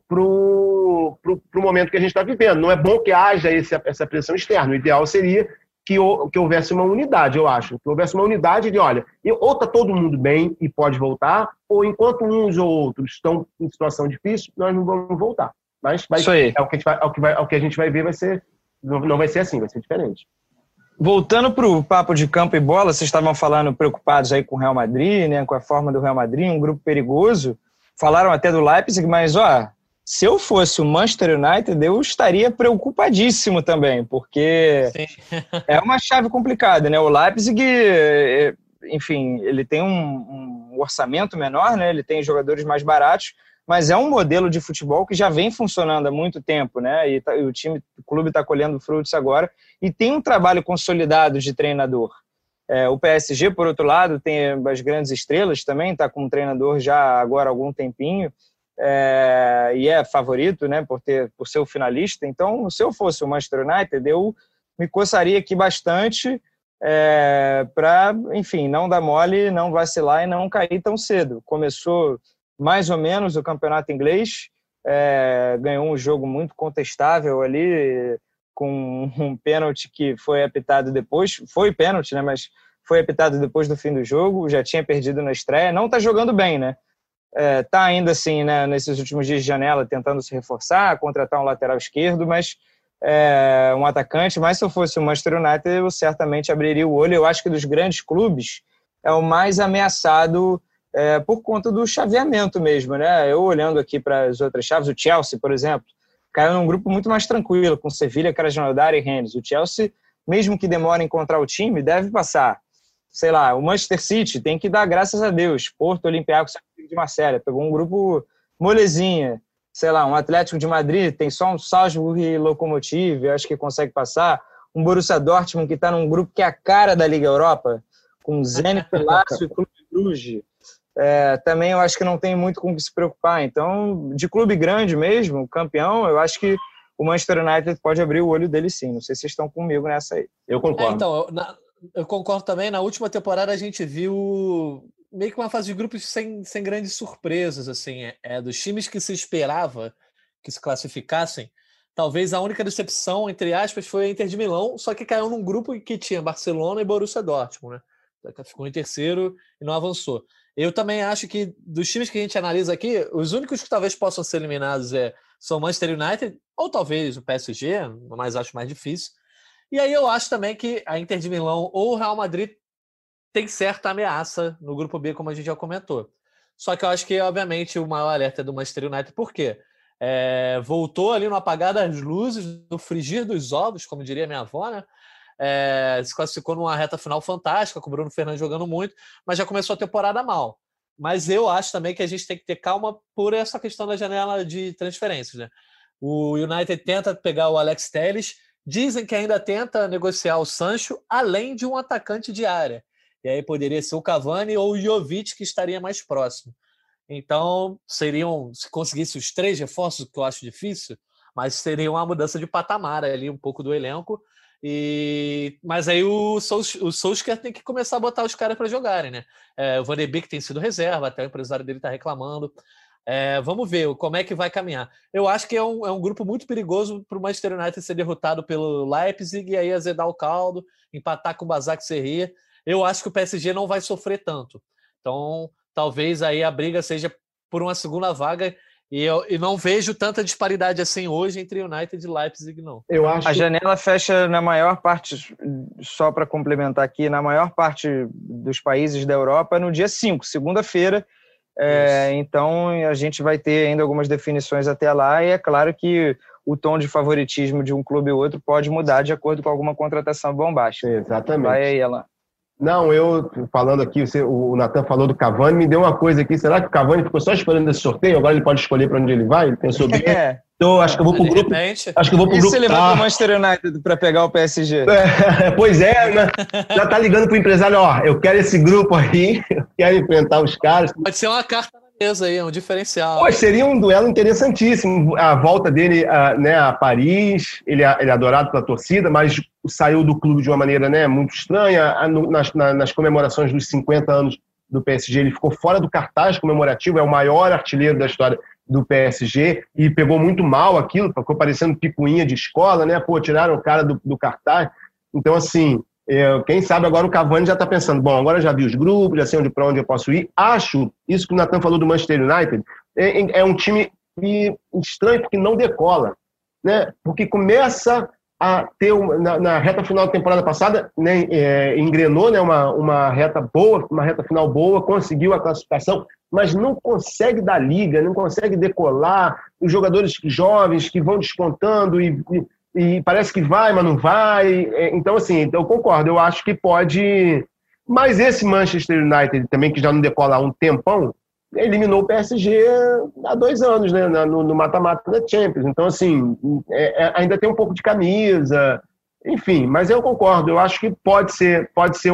momento que a gente está vivendo. Não é bom que haja essa pressão externa. O ideal seria que houvesse uma unidade, eu acho. Que houvesse uma unidade de, olha, ou está todo mundo bem e pode voltar, ou enquanto uns ou outros estão em situação difícil, nós não vamos voltar. Mas isso aí. O que a gente vai ver não vai ser assim, vai ser diferente. Voltando para o papo de campo e bola, vocês estavam falando preocupados aí com o Real Madrid, né, com a forma do Real Madrid, um grupo perigoso. Falaram até do Leipzig, mas, se eu fosse o Manchester United, eu estaria preocupadíssimo também, porque é uma chave complicada, né? O Leipzig, enfim, ele tem um orçamento menor, né? Ele tem jogadores mais baratos, mas é um modelo de futebol que já vem funcionando há muito tempo, né? E o clube está colhendo frutos agora e tem um trabalho consolidado de treinador. O PSG, por outro lado, tem as grandes estrelas também, está com um treinador já agora há algum tempinho, e é favorito, né, por ser o finalista. Então, se eu fosse o Manchester United, eu me coçaria aqui bastante para, enfim, não dar mole, não vacilar e não cair tão cedo. Começou mais ou menos o campeonato inglês, ganhou um jogo muito contestável ali, com um pênalti que foi apitado depois, foi pênalti, né, mas foi apitado depois do fim do jogo, já tinha perdido na estreia, não está jogando bem, né? Está ainda assim, né, nesses últimos dias de janela, tentando se reforçar, contratar um lateral esquerdo, mas um atacante, mas se eu fosse o Manchester United, eu certamente abriria o olho. Eu acho que dos grandes clubes é o mais ameaçado por conta do chaveamento mesmo, né? Eu olhando aqui para as outras chaves, o Chelsea, por exemplo, caiu num grupo muito mais tranquilo, com Sevilha, Krasnodar e Rennes. O Chelsea, mesmo que demore a encontrar o time, deve passar. Sei lá, o Manchester City tem que dar graças a Deus. Porto, Olympiacos de Marselha, pegou um grupo molezinha. Sei lá, um Atlético de Madrid, tem só um Salzburg e Lokomotiv, acho que consegue passar. Um Borussia Dortmund, que está num grupo que é a cara da Liga Europa, com Zenit, Lazio e Clube Brugge. Também eu acho que não tem muito com o que se preocupar. Então, de clube grande mesmo, campeão, eu acho que o Manchester United pode abrir o olho dele sim. Não sei se vocês estão comigo nessa aí. Eu concordo. Então, eu concordo também. Na última temporada a gente viu meio que uma fase de grupos sem grandes surpresas, assim, dos times que se esperava que se classificassem. Talvez a única decepção, entre aspas, foi a Inter de Milão, só que caiu num grupo que tinha Barcelona e Borussia Dortmund, né? Ficou em terceiro e não avançou. Eu também acho que dos times que a gente analisa aqui, os únicos que talvez possam ser eliminados são o Manchester United ou talvez o PSG, mas acho mais difícil. E aí eu acho também que a Inter de Milão ou o Real Madrid tem certa ameaça no grupo B, como a gente já comentou. Só que eu acho que, obviamente, o maior alerta é do Manchester United. Por quê? Voltou ali no apagar das luzes, no frigir dos ovos, como diria minha avó, né? Se classificou numa reta final fantástica, com o Bruno Fernandes jogando muito, mas já começou a temporada mal. Mas eu acho também que a gente tem que ter calma por essa questão da janela de transferências, né? O United tenta pegar o Alex Telles, dizem que ainda tenta negociar o Sancho, além de um atacante de área. E aí poderia ser o Cavani ou o Jovic, que estaria mais próximo. Então, se conseguisse os 3 reforços, que eu acho difícil, mas seria uma mudança de patamar ali, um pouco do elenco. Mas aí o Solskjaer tem que começar a botar os caras para jogarem, né? O Van de Beek tem sido reserva, até o empresário dele está reclamando. Vamos ver como é que vai caminhar. Eu acho que é um grupo muito perigoso para o Manchester United ser derrotado pelo Leipzig e aí azedar o caldo, empatar com o Basak Serri. Eu acho que o PSG não vai sofrer tanto. Então, talvez aí a briga seja por uma segunda vaga. E não vejo tanta disparidade assim hoje entre United e Leipzig, não. A janela fecha na maior parte, só para complementar aqui, na maior parte dos países da Europa no dia 5, segunda-feira. Então, a gente vai ter ainda algumas definições até lá. E é claro que o tom de favoritismo de um clube ou outro pode mudar de acordo com alguma contratação bombástica. Exatamente. Vai aí, Alan. Não, eu falando aqui, o Nathan falou do Cavani, me deu uma coisa aqui. Será que o Cavani ficou só esperando esse sorteio? Agora ele pode escolher para onde ele vai? Ele pensou bem. Então, acho que eu vou pro grupo. Acho que eu vou pro grupo. E se ele vai pro A. Manchester United para pegar o PSG? Pois é, né? Já tá ligando pro empresário, eu quero esse grupo aí, eu quero enfrentar os caras. Pode ser uma carta na mesa aí, um diferencial. Pois, seria um duelo interessantíssimo. A volta dele a Paris, ele é adorado pela torcida, mas saiu do clube de uma maneira, né, muito estranha. Nas comemorações dos 50 anos do PSG, ele ficou fora do cartaz comemorativo, é o maior artilheiro da história do PSG, e pegou muito mal aquilo, ficou parecendo picuinha de escola, né? Tiraram o cara do cartaz. Então, assim, quem sabe agora o Cavani já está pensando, bom, agora já vi os grupos, já sei para onde eu posso ir. Acho, isso que o Nathan falou do Manchester United, é um time estranho porque não decola, né? Porque começa a ter, na reta final da temporada passada, né, engrenou, né, uma reta boa, uma reta final boa, conseguiu a classificação, mas não consegue dar liga, não consegue decolar. Os jogadores jovens que vão despontando e parece que vai, mas não vai. Então, assim, eu concordo, eu acho que pode. Mas esse Manchester United também, que já não decola há um tempão, eliminou o PSG há 2 anos, né, no mata-mata da Champions. Então, assim, ainda tem um pouco de camisa, enfim, mas eu concordo, eu acho que pode ser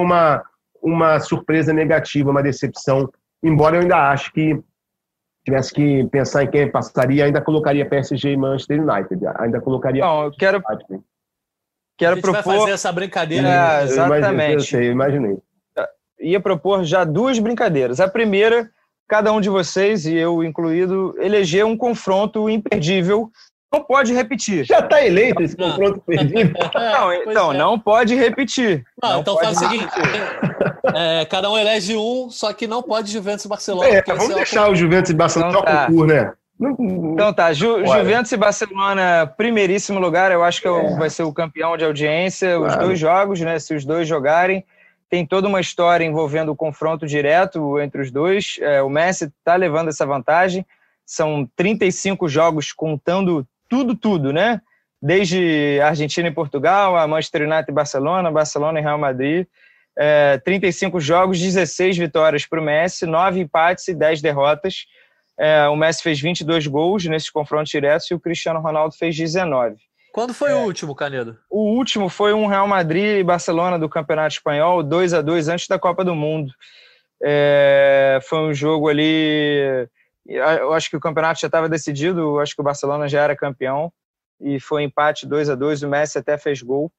uma surpresa negativa, uma decepção, embora eu ainda acho que tivesse que pensar em quem passaria, ainda colocaria PSG e Manchester United, ainda colocaria... Não, eu quero propor... vai fazer essa brincadeira. Exatamente. Eu imaginei. Ia propor já 2 brincadeiras. A primeira, cada um de vocês, e eu incluído, eleger um confronto imperdível. Não pode repetir. Já está eleito esse confronto perdido? Não, então, não pode repetir. Não, não então pode faz o seguinte: cada um elege um, só que não pode Juventus e Barcelona. Vamos deixar o Juventus e Barcelona então, ao concurso, né? Então tá, Juventus e Barcelona, primeiríssimo lugar, eu acho que vai ser o campeão de audiência, os dois jogos, né? Se os dois jogarem, tem toda uma história envolvendo o confronto direto entre os dois. O Messi está levando essa vantagem, são 35 jogos contando tudo, né? Desde Argentina e Portugal, a Manchester United e Barcelona e Real Madrid. 35 jogos, 16 vitórias para o Messi, 9 empates e 10 derrotas. O Messi fez 22 gols nesses confrontos diretos e o Cristiano Ronaldo fez 19. Quando foi o último, Canedo? O último foi um Real Madrid e Barcelona do Campeonato Espanhol, 2-2 antes da Copa do Mundo. Foi um jogo ali... Eu acho que o campeonato já estava decidido, eu acho que o Barcelona já era campeão, e foi empate 2-2, o Messi até fez gol.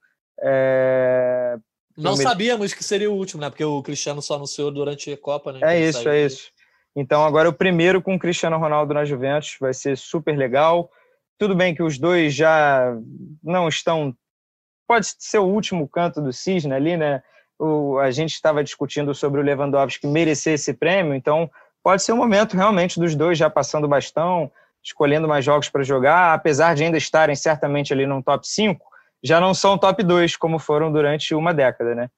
Não sabíamos que seria o último, né? Porque o Cristiano só anunciou durante a Copa, né? É isso. Então agora o primeiro com o Cristiano Ronaldo na Juventus, vai ser super legal. Tudo bem que os dois já não estão... Pode ser o último canto do cisne ali, né? A gente estava discutindo sobre o Lewandowski merecer esse prêmio, então pode ser o momento realmente dos dois já passando o bastão, escolhendo mais jogos para jogar, apesar de ainda estarem certamente ali num top 5, já não são top 2 como foram durante uma década, né?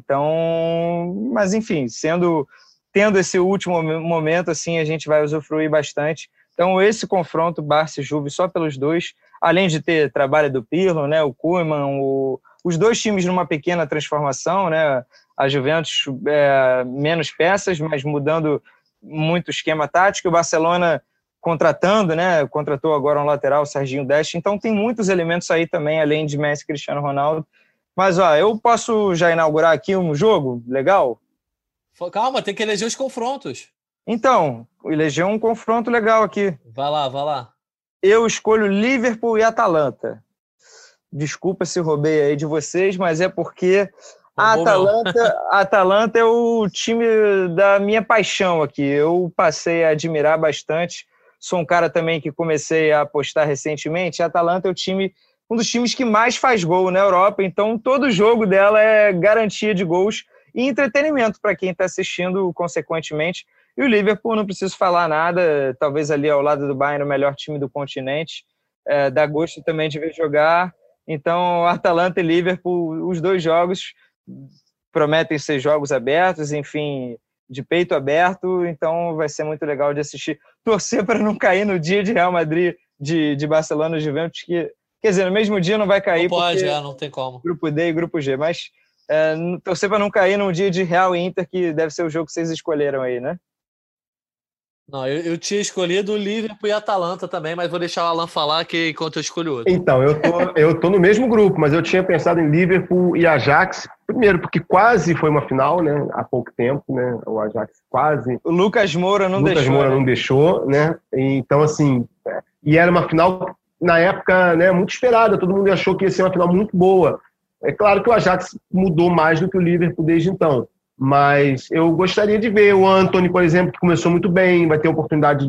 Então, mas enfim, tendo esse último momento, assim, a gente vai usufruir bastante. Então, esse confronto Barça e Juve só pelos dois, além de ter trabalho do Pirlo, né, o Koeman, os dois times numa pequena transformação, né? A Juventus menos peças, mas mudando muito esquema tático, o Barcelona contratando, né? Contratou agora um lateral, o Serginho Dest. Então tem muitos elementos aí também, além de Messi e Cristiano Ronaldo. Mas, eu posso já inaugurar aqui um jogo legal? Calma, tem que eleger os confrontos. Então, eleger um confronto legal aqui. Vai lá. Eu escolho Liverpool e Atalanta. Desculpa se roubei aí de vocês, mas é porque a Atalanta é o time da minha paixão aqui. Eu passei a admirar bastante. Sou um cara também que comecei a apostar recentemente. A Atalanta é um dos times que mais faz gol na Europa, então todo jogo dela é garantia de gols e entretenimento para quem está assistindo, consequentemente. E o Liverpool, não preciso falar nada, talvez ali ao lado do Bayern, o melhor time do continente. Dá gosto também de ver jogar. Então, Atalanta e Liverpool, os dois jogos prometem ser jogos abertos, enfim, de peito aberto, então vai ser muito legal de assistir. Torcer para não cair no dia de Real Madrid, de Barcelona e Juventus, que, quer dizer, no mesmo dia não vai cair. Não pode, não tem como. Grupo D e Grupo G, mas torcer para não cair no dia de Real e Inter, que deve ser o jogo que vocês escolheram aí, né? Não, eu tinha escolhido o Liverpool e Atalanta também, mas vou deixar o Alan falar que enquanto eu escolho outro. Então, eu tô no mesmo grupo, mas eu tinha pensado em Liverpool e Ajax. Primeiro, porque quase foi uma final, né? Há pouco tempo, né? O Ajax quase. O Lucas Moura não deixou, né? Então, assim, e era uma final, na época, né, muito esperada. Todo mundo achou que ia ser uma final muito boa. É claro que o Ajax mudou mais do que o Liverpool desde então. Mas eu gostaria de ver o Antony, por exemplo, que começou muito bem, vai ter oportunidade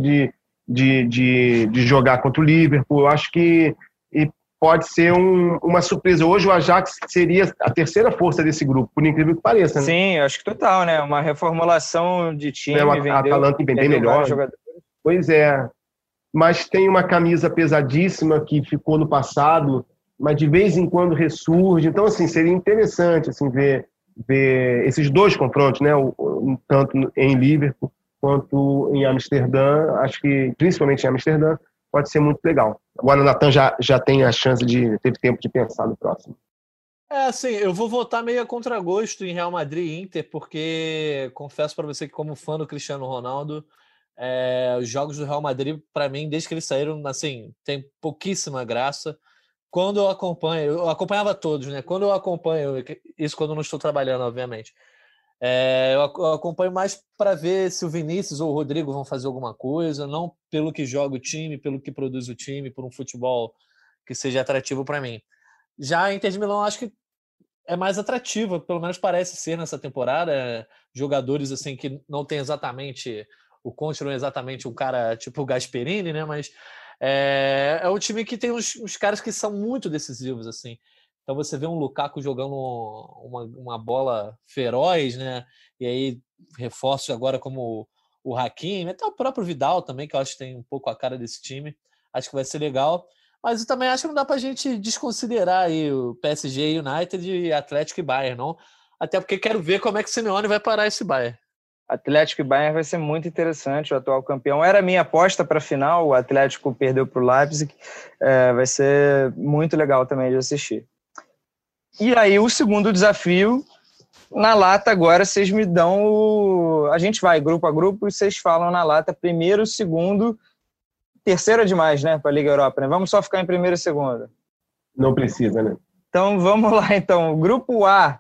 de jogar contra o Liverpool. Eu acho que pode ser uma surpresa. Hoje o Ajax seria a terceira força desse grupo, por incrível que pareça, né? Sim, acho que total, né? Uma reformulação de time. A Atalanta bem melhor. Pois é. Mas tem uma camisa pesadíssima que ficou no passado, mas de vez em quando ressurge. Então, assim, seria interessante assim, ver esses dois confrontos, né? Tanto em Liverpool quanto em Amsterdã. Acho que, principalmente em Amsterdã, pode ser muito legal. Agora o Natan já tem a chance teve tempo de pensar no próximo. Assim, eu vou votar meio a contragosto em Real Madrid e Inter, porque confesso para você que, como fã do Cristiano Ronaldo, os jogos do Real Madrid, para mim, desde que eles saíram, assim, tem pouquíssima graça. Quando eu acompanhava todos, né? Quando eu acompanho, isso quando eu não estou trabalhando, obviamente, eu acompanho mais para ver se o Vinícius ou o Rodrigo vão fazer alguma coisa, não pelo que joga o time, pelo que produz o time, por um futebol que seja atrativo para mim. Já a Inter de Milão, acho que é mais atrativa, pelo menos parece ser nessa temporada. Jogadores assim que não tem exatamente o Conte não é exatamente um cara tipo o Gasperini, né? Mas é um time que tem uns caras que são muito decisivos, assim. Então você vê um Lukaku jogando uma bola feroz, né? E aí reforços agora como o Hakimi, até o próprio Vidal também, que eu acho que tem um pouco a cara desse time. Acho que vai ser legal. Mas eu também acho que não dá pra gente desconsiderar aí o PSG, United, Atlético e Bayern, não. Até porque quero ver como é que o Simeone vai parar esse Bayern. Atlético e Bayern vai ser muito interessante, o atual campeão. Era a minha aposta para a final, o Atlético perdeu para o Leipzig. Vai ser muito legal também de assistir. E aí o segundo desafio, na lata agora vocês me dão a gente vai grupo a grupo e vocês falam na lata primeiro, segundo, terceiro é demais, né, para a Liga Europa, né? Vamos só ficar em primeiro e segundo. Não precisa, né? Então vamos lá, então. Grupo A,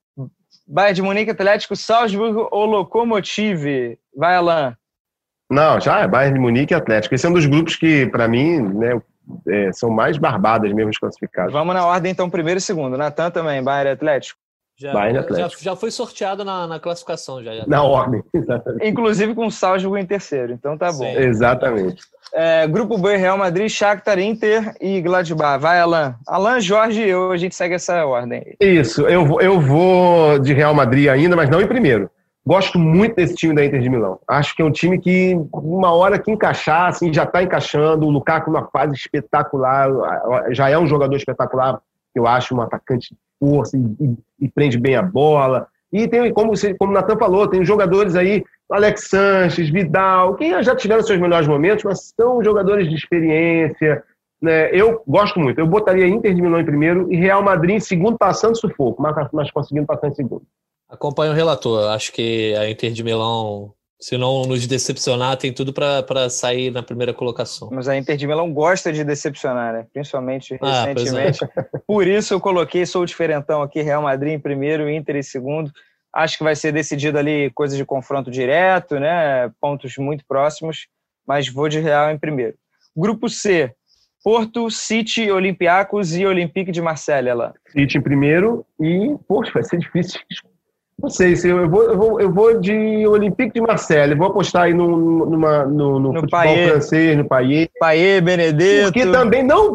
Bayern de Munique, Atlético, Salzburg ou Lokomotiv? Vai, Alan. Não, já é Bayern de Munique e Atlético. Esse é um dos grupos que, para mim, né, são mais barbadas mesmo os classificados. Vamos na ordem, então, primeiro e segundo. Natan também, Bayern e Atlético? Bayern e Atlético. Já foi sorteado na classificação. Já. Na ordem, exatamente. Inclusive com o Salzburg em terceiro, então tá bom. Exatamente. Grupo B, Real Madrid, Shakhtar, Inter e Gladbach. Vai, Alan. Alan, Jorge e eu, a gente segue essa ordem. Isso, eu vou de Real Madrid ainda, mas não em primeiro. Gosto muito desse time da Inter de Milão. Acho que é um time que, uma hora que encaixar, assim, já está encaixando. O Lukaku numa fase espetacular, já é um jogador espetacular, eu acho, um atacante de força e prende bem a bola. E tem, como o Natan falou, tem jogadores aí, Alex Sanches, Vidal, que já tiveram seus melhores momentos, mas são jogadores de experiência, né? Eu gosto muito. Eu botaria Inter de Milão em primeiro e Real Madrid em segundo, passando sufoco, mas conseguindo passar em segundo. Acompanho o relator. Acho que a Inter de Milão, se não nos decepcionar, tem tudo para sair na primeira colocação. Mas a Inter de Milão gosta de decepcionar, né? Principalmente recentemente. Por isso eu coloquei, sou o diferentão aqui, Real Madrid em primeiro, Inter em segundo. Acho que vai ser decidido ali coisas de confronto direto, né? Pontos muito próximos, mas vou de Real em primeiro. Grupo C, Porto, City, Olympiacos e Olympique de Marselha lá. City em primeiro e, poxa, vai ser difícil. Não sei, eu vou de Olympique de Marselha. Vou apostar aí no futebol Payet. Francês, no Payet. Payet, Benedetto. Porque também, não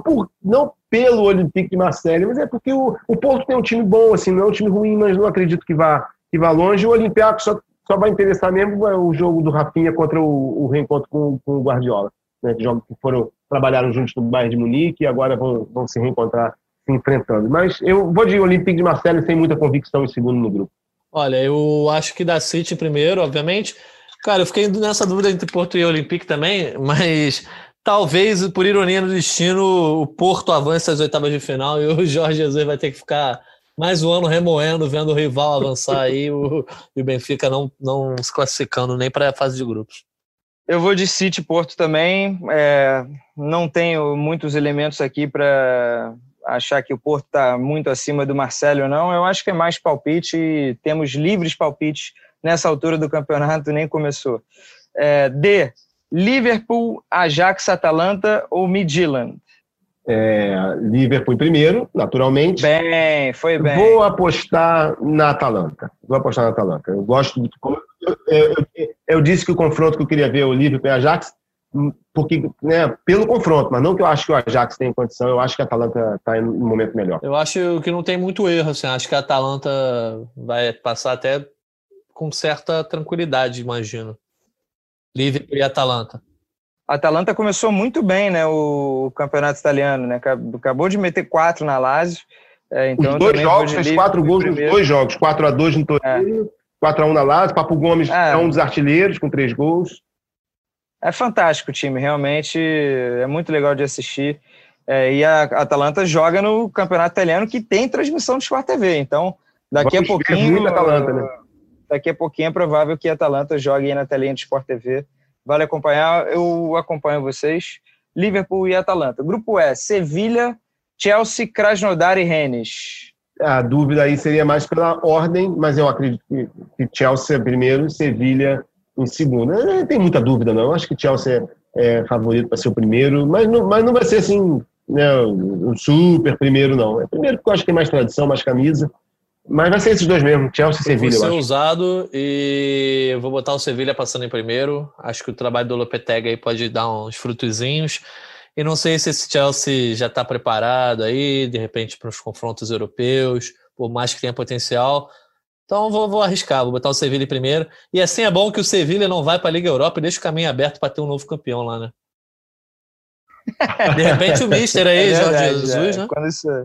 pelo Olympique de Marselha, mas é porque o Porto tem um time bom, assim, não é um time ruim, mas não acredito que vá longe. O Olympiacos só vai interessar mesmo o jogo do Rafinha contra o reencontro com o Guardiola, né, que trabalharam juntos no Bayern de Munique e agora vão se reencontrar se enfrentando. Mas eu vou de Olympique de Marselha sem muita convicção em segundo no grupo. Olha, eu acho que da City primeiro, obviamente. Cara, eu fiquei nessa dúvida entre Porto e Olympique também, mas talvez, por ironia do destino, o Porto avance às oitavas de final e o Jorge Jesus vai ter que ficar mais um ano remoendo, vendo o rival avançar aí e o Benfica não se classificando nem para a fase de grupos. Eu vou de City Porto também. Não tenho muitos elementos aqui para achar que o Porto está muito acima do Marcelo ou não. Eu acho que é mais palpite e temos livres palpites nessa altura do campeonato, nem começou. D, Liverpool, Ajax, Atalanta ou Midtjylland? Liverpool em primeiro, naturalmente. Foi bem. Vou apostar na Atalanta. Eu gosto de... Eu disse que o confronto que eu queria ver o Liverpool e o Ajax, porque, né, pelo confronto, mas não que eu acho que o Ajax tem condição, eu acho que a Atalanta está em um momento melhor. Eu acho que não tem muito erro, assim, acho que a Atalanta vai passar até com certa tranquilidade, imagino. Liverpool e Atalanta. A Atalanta começou muito bem, né, o campeonato italiano, né? Acabou de meter 4 na Lazio. Então os 2 jogos, fez 4 gols nos 2 jogos, 4-2 no Torino, 4-1 na Lazio. Papo Gomes é um dos artilheiros com 3 gols. É fantástico o time, realmente é muito legal de assistir. E a Atalanta joga no campeonato italiano que tem transmissão do Sport TV, então daqui a pouquinho Atalanta, né? Daqui a pouquinho é provável que a Atalanta jogue aí na telinha do Sport TV. Vale acompanhar, eu acompanho vocês. Liverpool e Atalanta. Grupo E, Sevilha, Chelsea, Krasnodar e Rennes. A dúvida aí seria mais pela ordem, mas eu acredito que Chelsea é primeiro e Sevilha em segundo. Não tem muita dúvida, não. Acho que Chelsea é favorito para ser o primeiro, mas não vai ser assim, né, um super primeiro, não. É primeiro porque eu acho que tem mais tradição, mais camisa. Mas vai ser esses dois mesmo, Chelsea e Sevilha, eu Vou ser acho. ousado e vou botar o Sevilha passando em primeiro. Acho que o trabalho do Lopetegui aí pode dar uns frutozinhos. E não sei se esse Chelsea já está preparado aí, de repente, para os confrontos europeus, por mais que tenha potencial. Então vou arriscar, vou botar o Sevilha em primeiro. E assim é bom que o Sevilha não vai para a Liga Europa e deixa o caminho aberto para ter um novo campeão lá, né? De repente o Mister aí, Jorge Jesus, né? Quando isso...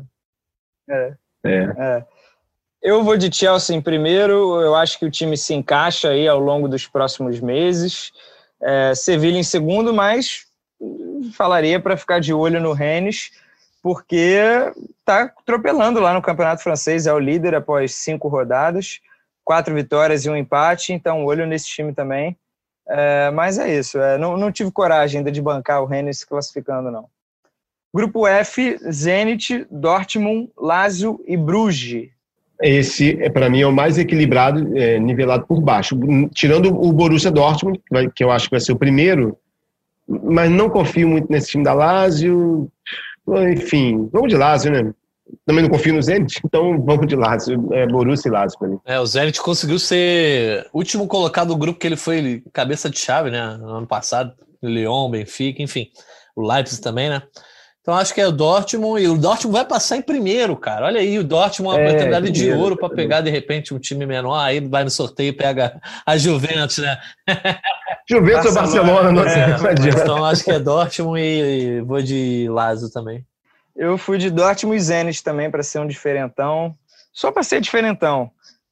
Eu vou de Chelsea em primeiro, eu acho que o time se encaixa aí ao longo dos próximos meses. Sevilha em segundo, mas falaria para ficar de olho no Rennes, porque está atropelando lá no Campeonato Francês, é o líder após 5 rodadas, 4 vitórias e 1 empate, então olho nesse time também. Mas é isso, não tive coragem ainda de bancar o Rennes se classificando, não. Grupo F, Zenit, Dortmund, Lazio e Bruges. Esse, para mim, é o mais equilibrado, nivelado por baixo. Tirando o Borussia Dortmund, que eu acho que vai ser o primeiro, mas não confio muito nesse time da Lazio. Enfim, vamos de Lazio, né? Também não confio no Zenit, então vamos de Lazio. Borussia e Lazio para mim. O Zenit conseguiu ser o último colocado do grupo que ele foi cabeça de chave, né? No ano passado, Lyon, Benfica, enfim. O Leipzig também, né? Então acho que é o Dortmund, e o Dortmund vai passar em primeiro, cara. Olha aí, o Dortmund é uma oportunidade de ouro para pegar, de repente, um time menor, aí vai no sorteio e pega a Juventus, né? Juventus ou Barcelona, não adianta. Então acho que é Dortmund e vou de Lazio também. Eu fui de Dortmund e Zenit também para ser um diferentão, só para ser diferentão.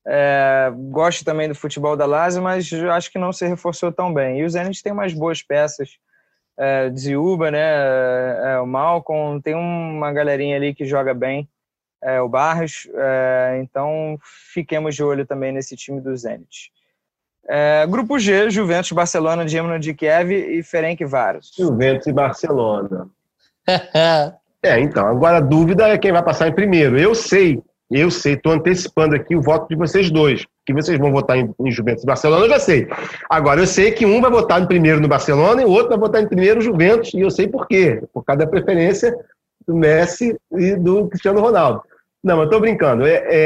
Gosto também do futebol da Lazio, mas acho que não se reforçou tão bem. E o Zenit tem umas boas peças. Dziuba, né? O Malcom, tem uma galerinha ali que joga bem, o Barros, então fiquemos de olho também nesse time do Zenit. Grupo G, Juventus, Barcelona, Dinamo de Kiev e Ferencváros. Juventus e Barcelona. Então, agora a dúvida é quem vai passar em primeiro. Eu sei, estou antecipando aqui o voto de vocês dois, que vocês vão votar em Juventus e Barcelona, eu já sei. Agora, eu sei que um vai votar em primeiro no Barcelona e o outro vai votar em primeiro no Juventus, e eu sei por quê, por causa da preferência do Messi e do Cristiano Ronaldo. Não, mas estou brincando,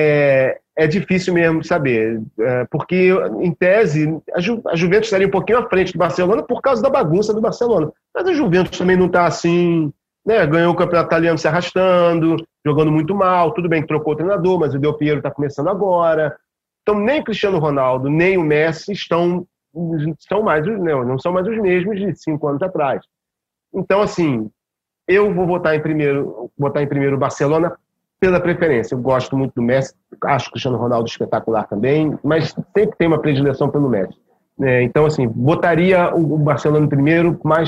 é difícil mesmo saber, porque, em tese, a Juventus estaria um pouquinho à frente do Barcelona por causa da bagunça do Barcelona, mas a Juventus também não está assim... Ganhou o campeonato italiano se arrastando, jogando muito mal, tudo bem que trocou o treinador, mas o Del Piero está começando agora. Então nem o Cristiano Ronaldo, nem o Messi não são mais os mesmos de 5 anos atrás. Então, assim, eu vou botar em primeiro o Barcelona pela preferência. Eu gosto muito do Messi, acho o Cristiano Ronaldo espetacular também, mas sempre tem uma predileção pelo Messi. Então, assim, botaria o Barcelona em primeiro mais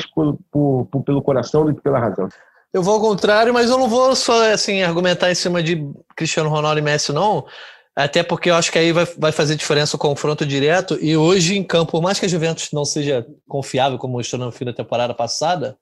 pelo coração do que pela razão. Eu vou ao contrário, mas eu não vou só assim, argumentar em cima de Cristiano Ronaldo e Messi, não. Até porque eu acho que aí vai fazer diferença o confronto direto. E hoje em campo, por mais que a Juventus não seja confiável, como mostrou no fim da temporada passada,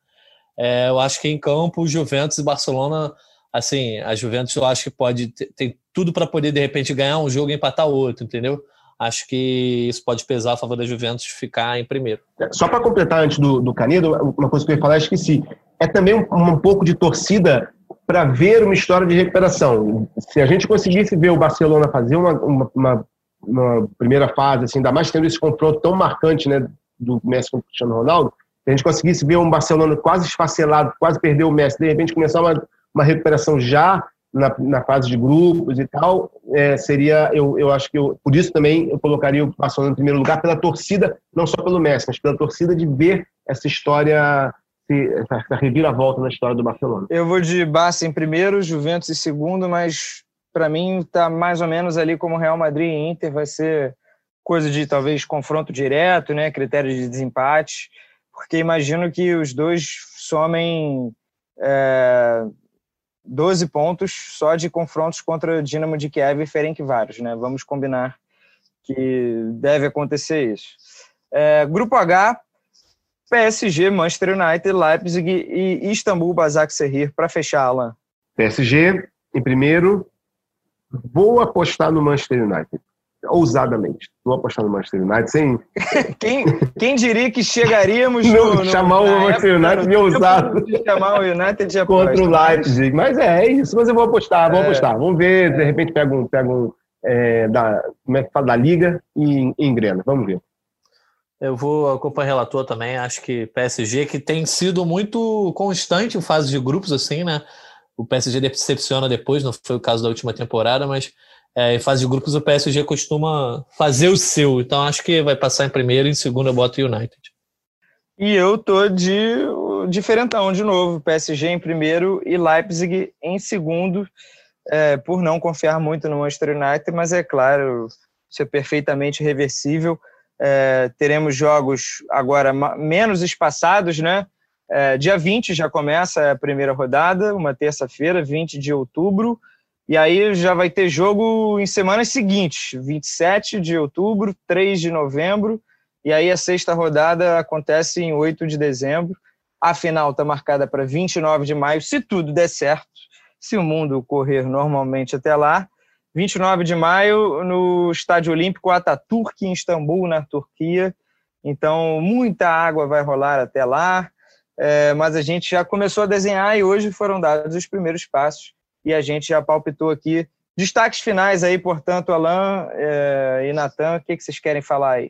eu acho que em campo, Juventus e Barcelona, assim, a Juventus eu acho que tem tudo para poder, de repente, ganhar um jogo e empatar o outro, entendeu? Acho que isso pode pesar a favor da Juventus ficar em primeiro. Só para completar antes do Canedo, uma coisa que eu ia falar, eu esqueci. É também um pouco de torcida para ver uma história de recuperação. Se a gente conseguisse ver o Barcelona fazer uma primeira fase, assim, ainda mais tendo esse confronto tão marcante, né, do Messi com o Cristiano Ronaldo, se a gente conseguisse ver um Barcelona quase esfacelado, quase perder o Messi, de repente começar uma recuperação já na fase de grupos e tal, seria, eu acho que por isso também eu colocaria o Barcelona em primeiro lugar, pela torcida, não só pelo Messi, mas pela torcida de ver essa história, essa reviravolta na história do Barcelona. Eu vou de Barça em primeiro, Juventus em segundo, mas para mim está mais ou menos ali como Real Madrid e Inter, vai ser coisa de talvez confronto direto, né, critério de desempate, porque imagino que os dois somem 12 pontos só de confrontos contra Dinamo de Kiev e Ferencváros, né? Vamos combinar que deve acontecer isso. Grupo H, PSG, Manchester United, Leipzig e Istambul Basaksehir para fechar, Alan. PSG em primeiro, vou apostar no Manchester United. Ousadamente. Vou apostar no Manchester United sem... Quem diria que chegaríamos chamar o Manchester United de ousado. Chamar o United de contra o Leipzig. Mas é isso. Mas eu vou apostar. Vamos ver. De repente pega um da Liga e engrena. Vamos ver. Eu vou acompanhar o relator também. Acho que PSG, que tem sido muito constante em fase de grupos, assim, né? O PSG decepciona depois, não foi o caso da última temporada, mas em fase de grupos o PSG costuma fazer o seu. Então acho que vai passar em primeiro e em segundo eu boto o United. E eu tô de diferentão de novo. PSG em primeiro e Leipzig em segundo, por não confiar muito no Manchester United, mas é claro, isso é perfeitamente reversível. Teremos jogos agora menos espaçados, né? Dia 20 já começa a primeira rodada, uma terça-feira, 20 de outubro, e aí já vai ter jogo em semanas seguintes, 27 de outubro, 3 de novembro, e aí a sexta rodada acontece em 8 de dezembro. A final está marcada para 29 de maio, se tudo der certo, se o mundo correr normalmente até lá. 29 de maio no Estádio Olímpico Atatürk, em Istambul, na Turquia. Então, muita água vai rolar até lá, mas a gente já começou a desenhar e hoje foram dados os primeiros passos e a gente já palpitou aqui. Destaques finais aí, portanto, Alain e Natan, o que vocês querem falar aí?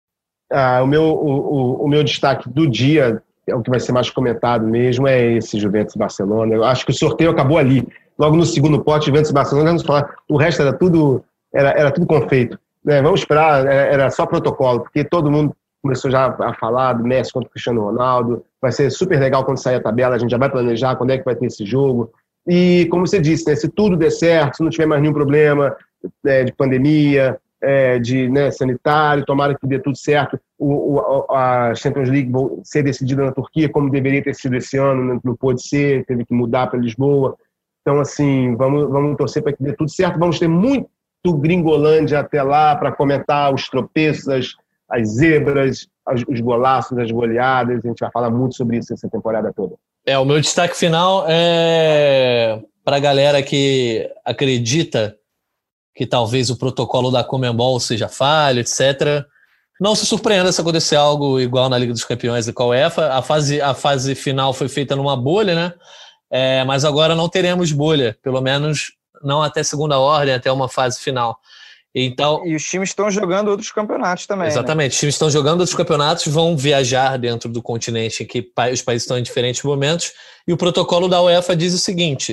O meu destaque do dia, é o que vai ser mais comentado mesmo, é esse Juventus Barcelona. Eu acho que o sorteio acabou ali. Logo no segundo pote, Juventus Barcelona, vamos falar, o resto era tudo confeito. Vamos esperar, era só protocolo, porque todo mundo começou já a falar do Messi contra o Cristiano Ronaldo. Vai ser super legal quando sair a tabela, a gente já vai planejar quando é que vai ter esse jogo. E, como você disse, né, se tudo der certo, se não tiver mais nenhum problema de pandemia, sanitário, tomara que dê tudo certo, a Champions League ser decidida na Turquia, como deveria ter sido esse ano, não pôde ser, teve que mudar para Lisboa. Então, assim, vamos torcer para que dê tudo certo. Vamos ter muito Gringolândia até lá para comentar os tropeços, as zebras, os golaços, as goleadas. A gente vai falar muito sobre isso essa temporada toda. O meu destaque final é para a galera que acredita que talvez o protocolo da Conmebol seja falho, etc. Não se surpreenda se acontecer algo igual na Liga dos Campeões e com a UEFA. A fase final foi feita numa bolha, né? Mas agora não teremos bolha, pelo menos não até segunda ordem, até uma fase final. Então, e os times estão jogando outros campeonatos também. Exatamente, né? Os times estão jogando outros campeonatos, vão viajar dentro do continente em que os países estão em diferentes momentos, e o protocolo da UEFA diz o seguinte: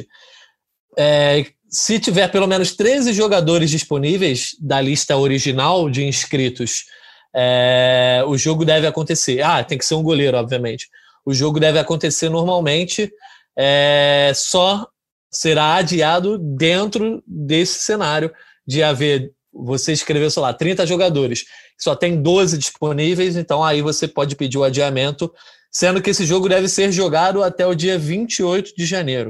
se tiver pelo menos 13 jogadores disponíveis da lista original de inscritos, o jogo deve acontecer. Tem que ser um goleiro, obviamente. O jogo deve acontecer normalmente, só será adiado dentro desse cenário de haver, você escreveu, 30 jogadores, só tem 12 disponíveis, então aí você pode pedir o adiamento, sendo que esse jogo deve ser jogado até o dia 28 de janeiro.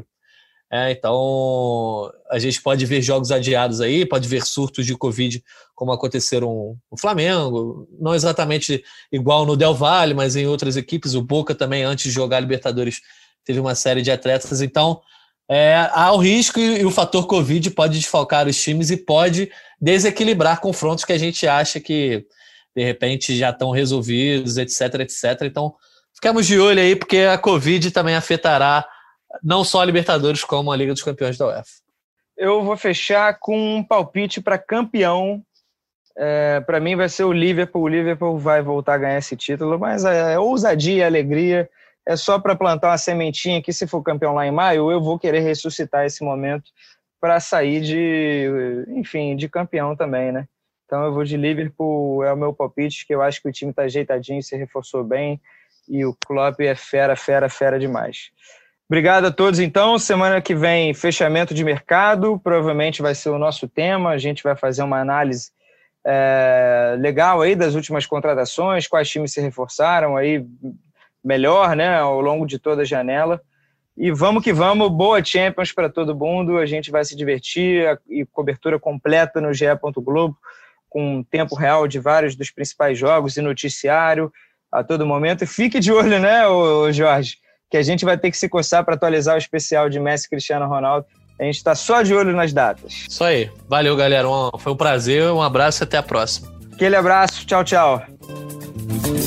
Então a gente pode ver jogos adiados aí, pode ver surtos de Covid como aconteceram no Flamengo, não exatamente igual no Del Valle, mas em outras equipes. O Boca também, antes de jogar a Libertadores, teve uma série de atletas. Então há o risco, e o fator Covid pode desfalcar os times e pode desequilibrar confrontos que a gente acha que de repente já estão resolvidos, etc, etc. Então ficamos de olho aí, porque a Covid também afetará não só a Libertadores, como a Liga dos Campeões da UEFA. Eu vou fechar com um palpite para campeão. Para mim vai ser o Liverpool. O Liverpool vai voltar a ganhar esse título, mas ousadia e alegria. É só para plantar uma sementinha que, se for campeão lá em maio, eu vou querer ressuscitar esse momento para sair de campeão também, né? Então eu vou de Liverpool, é o meu palpite, que eu acho que o time está ajeitadinho, se reforçou bem, e o Klopp é fera demais. Obrigado a todos, então. Semana que vem, fechamento de mercado, provavelmente vai ser o nosso tema. A gente vai fazer uma análise legal aí das últimas contratações, quais times se reforçaram aí melhor, né, ao longo de toda a janela. E vamos que vamos, boa Champions para todo mundo, a gente vai se divertir, e cobertura completa no GE. Globo, com tempo real de vários dos principais jogos e noticiário a todo momento. E fique de olho, né, Jorge, que a gente vai ter que se coçar para atualizar o especial de Messi e Cristiano Ronaldo. A gente está só de olho nas datas. Isso aí. Valeu, galera. Foi um prazer, um abraço e até a próxima. Aquele abraço. Tchau, tchau.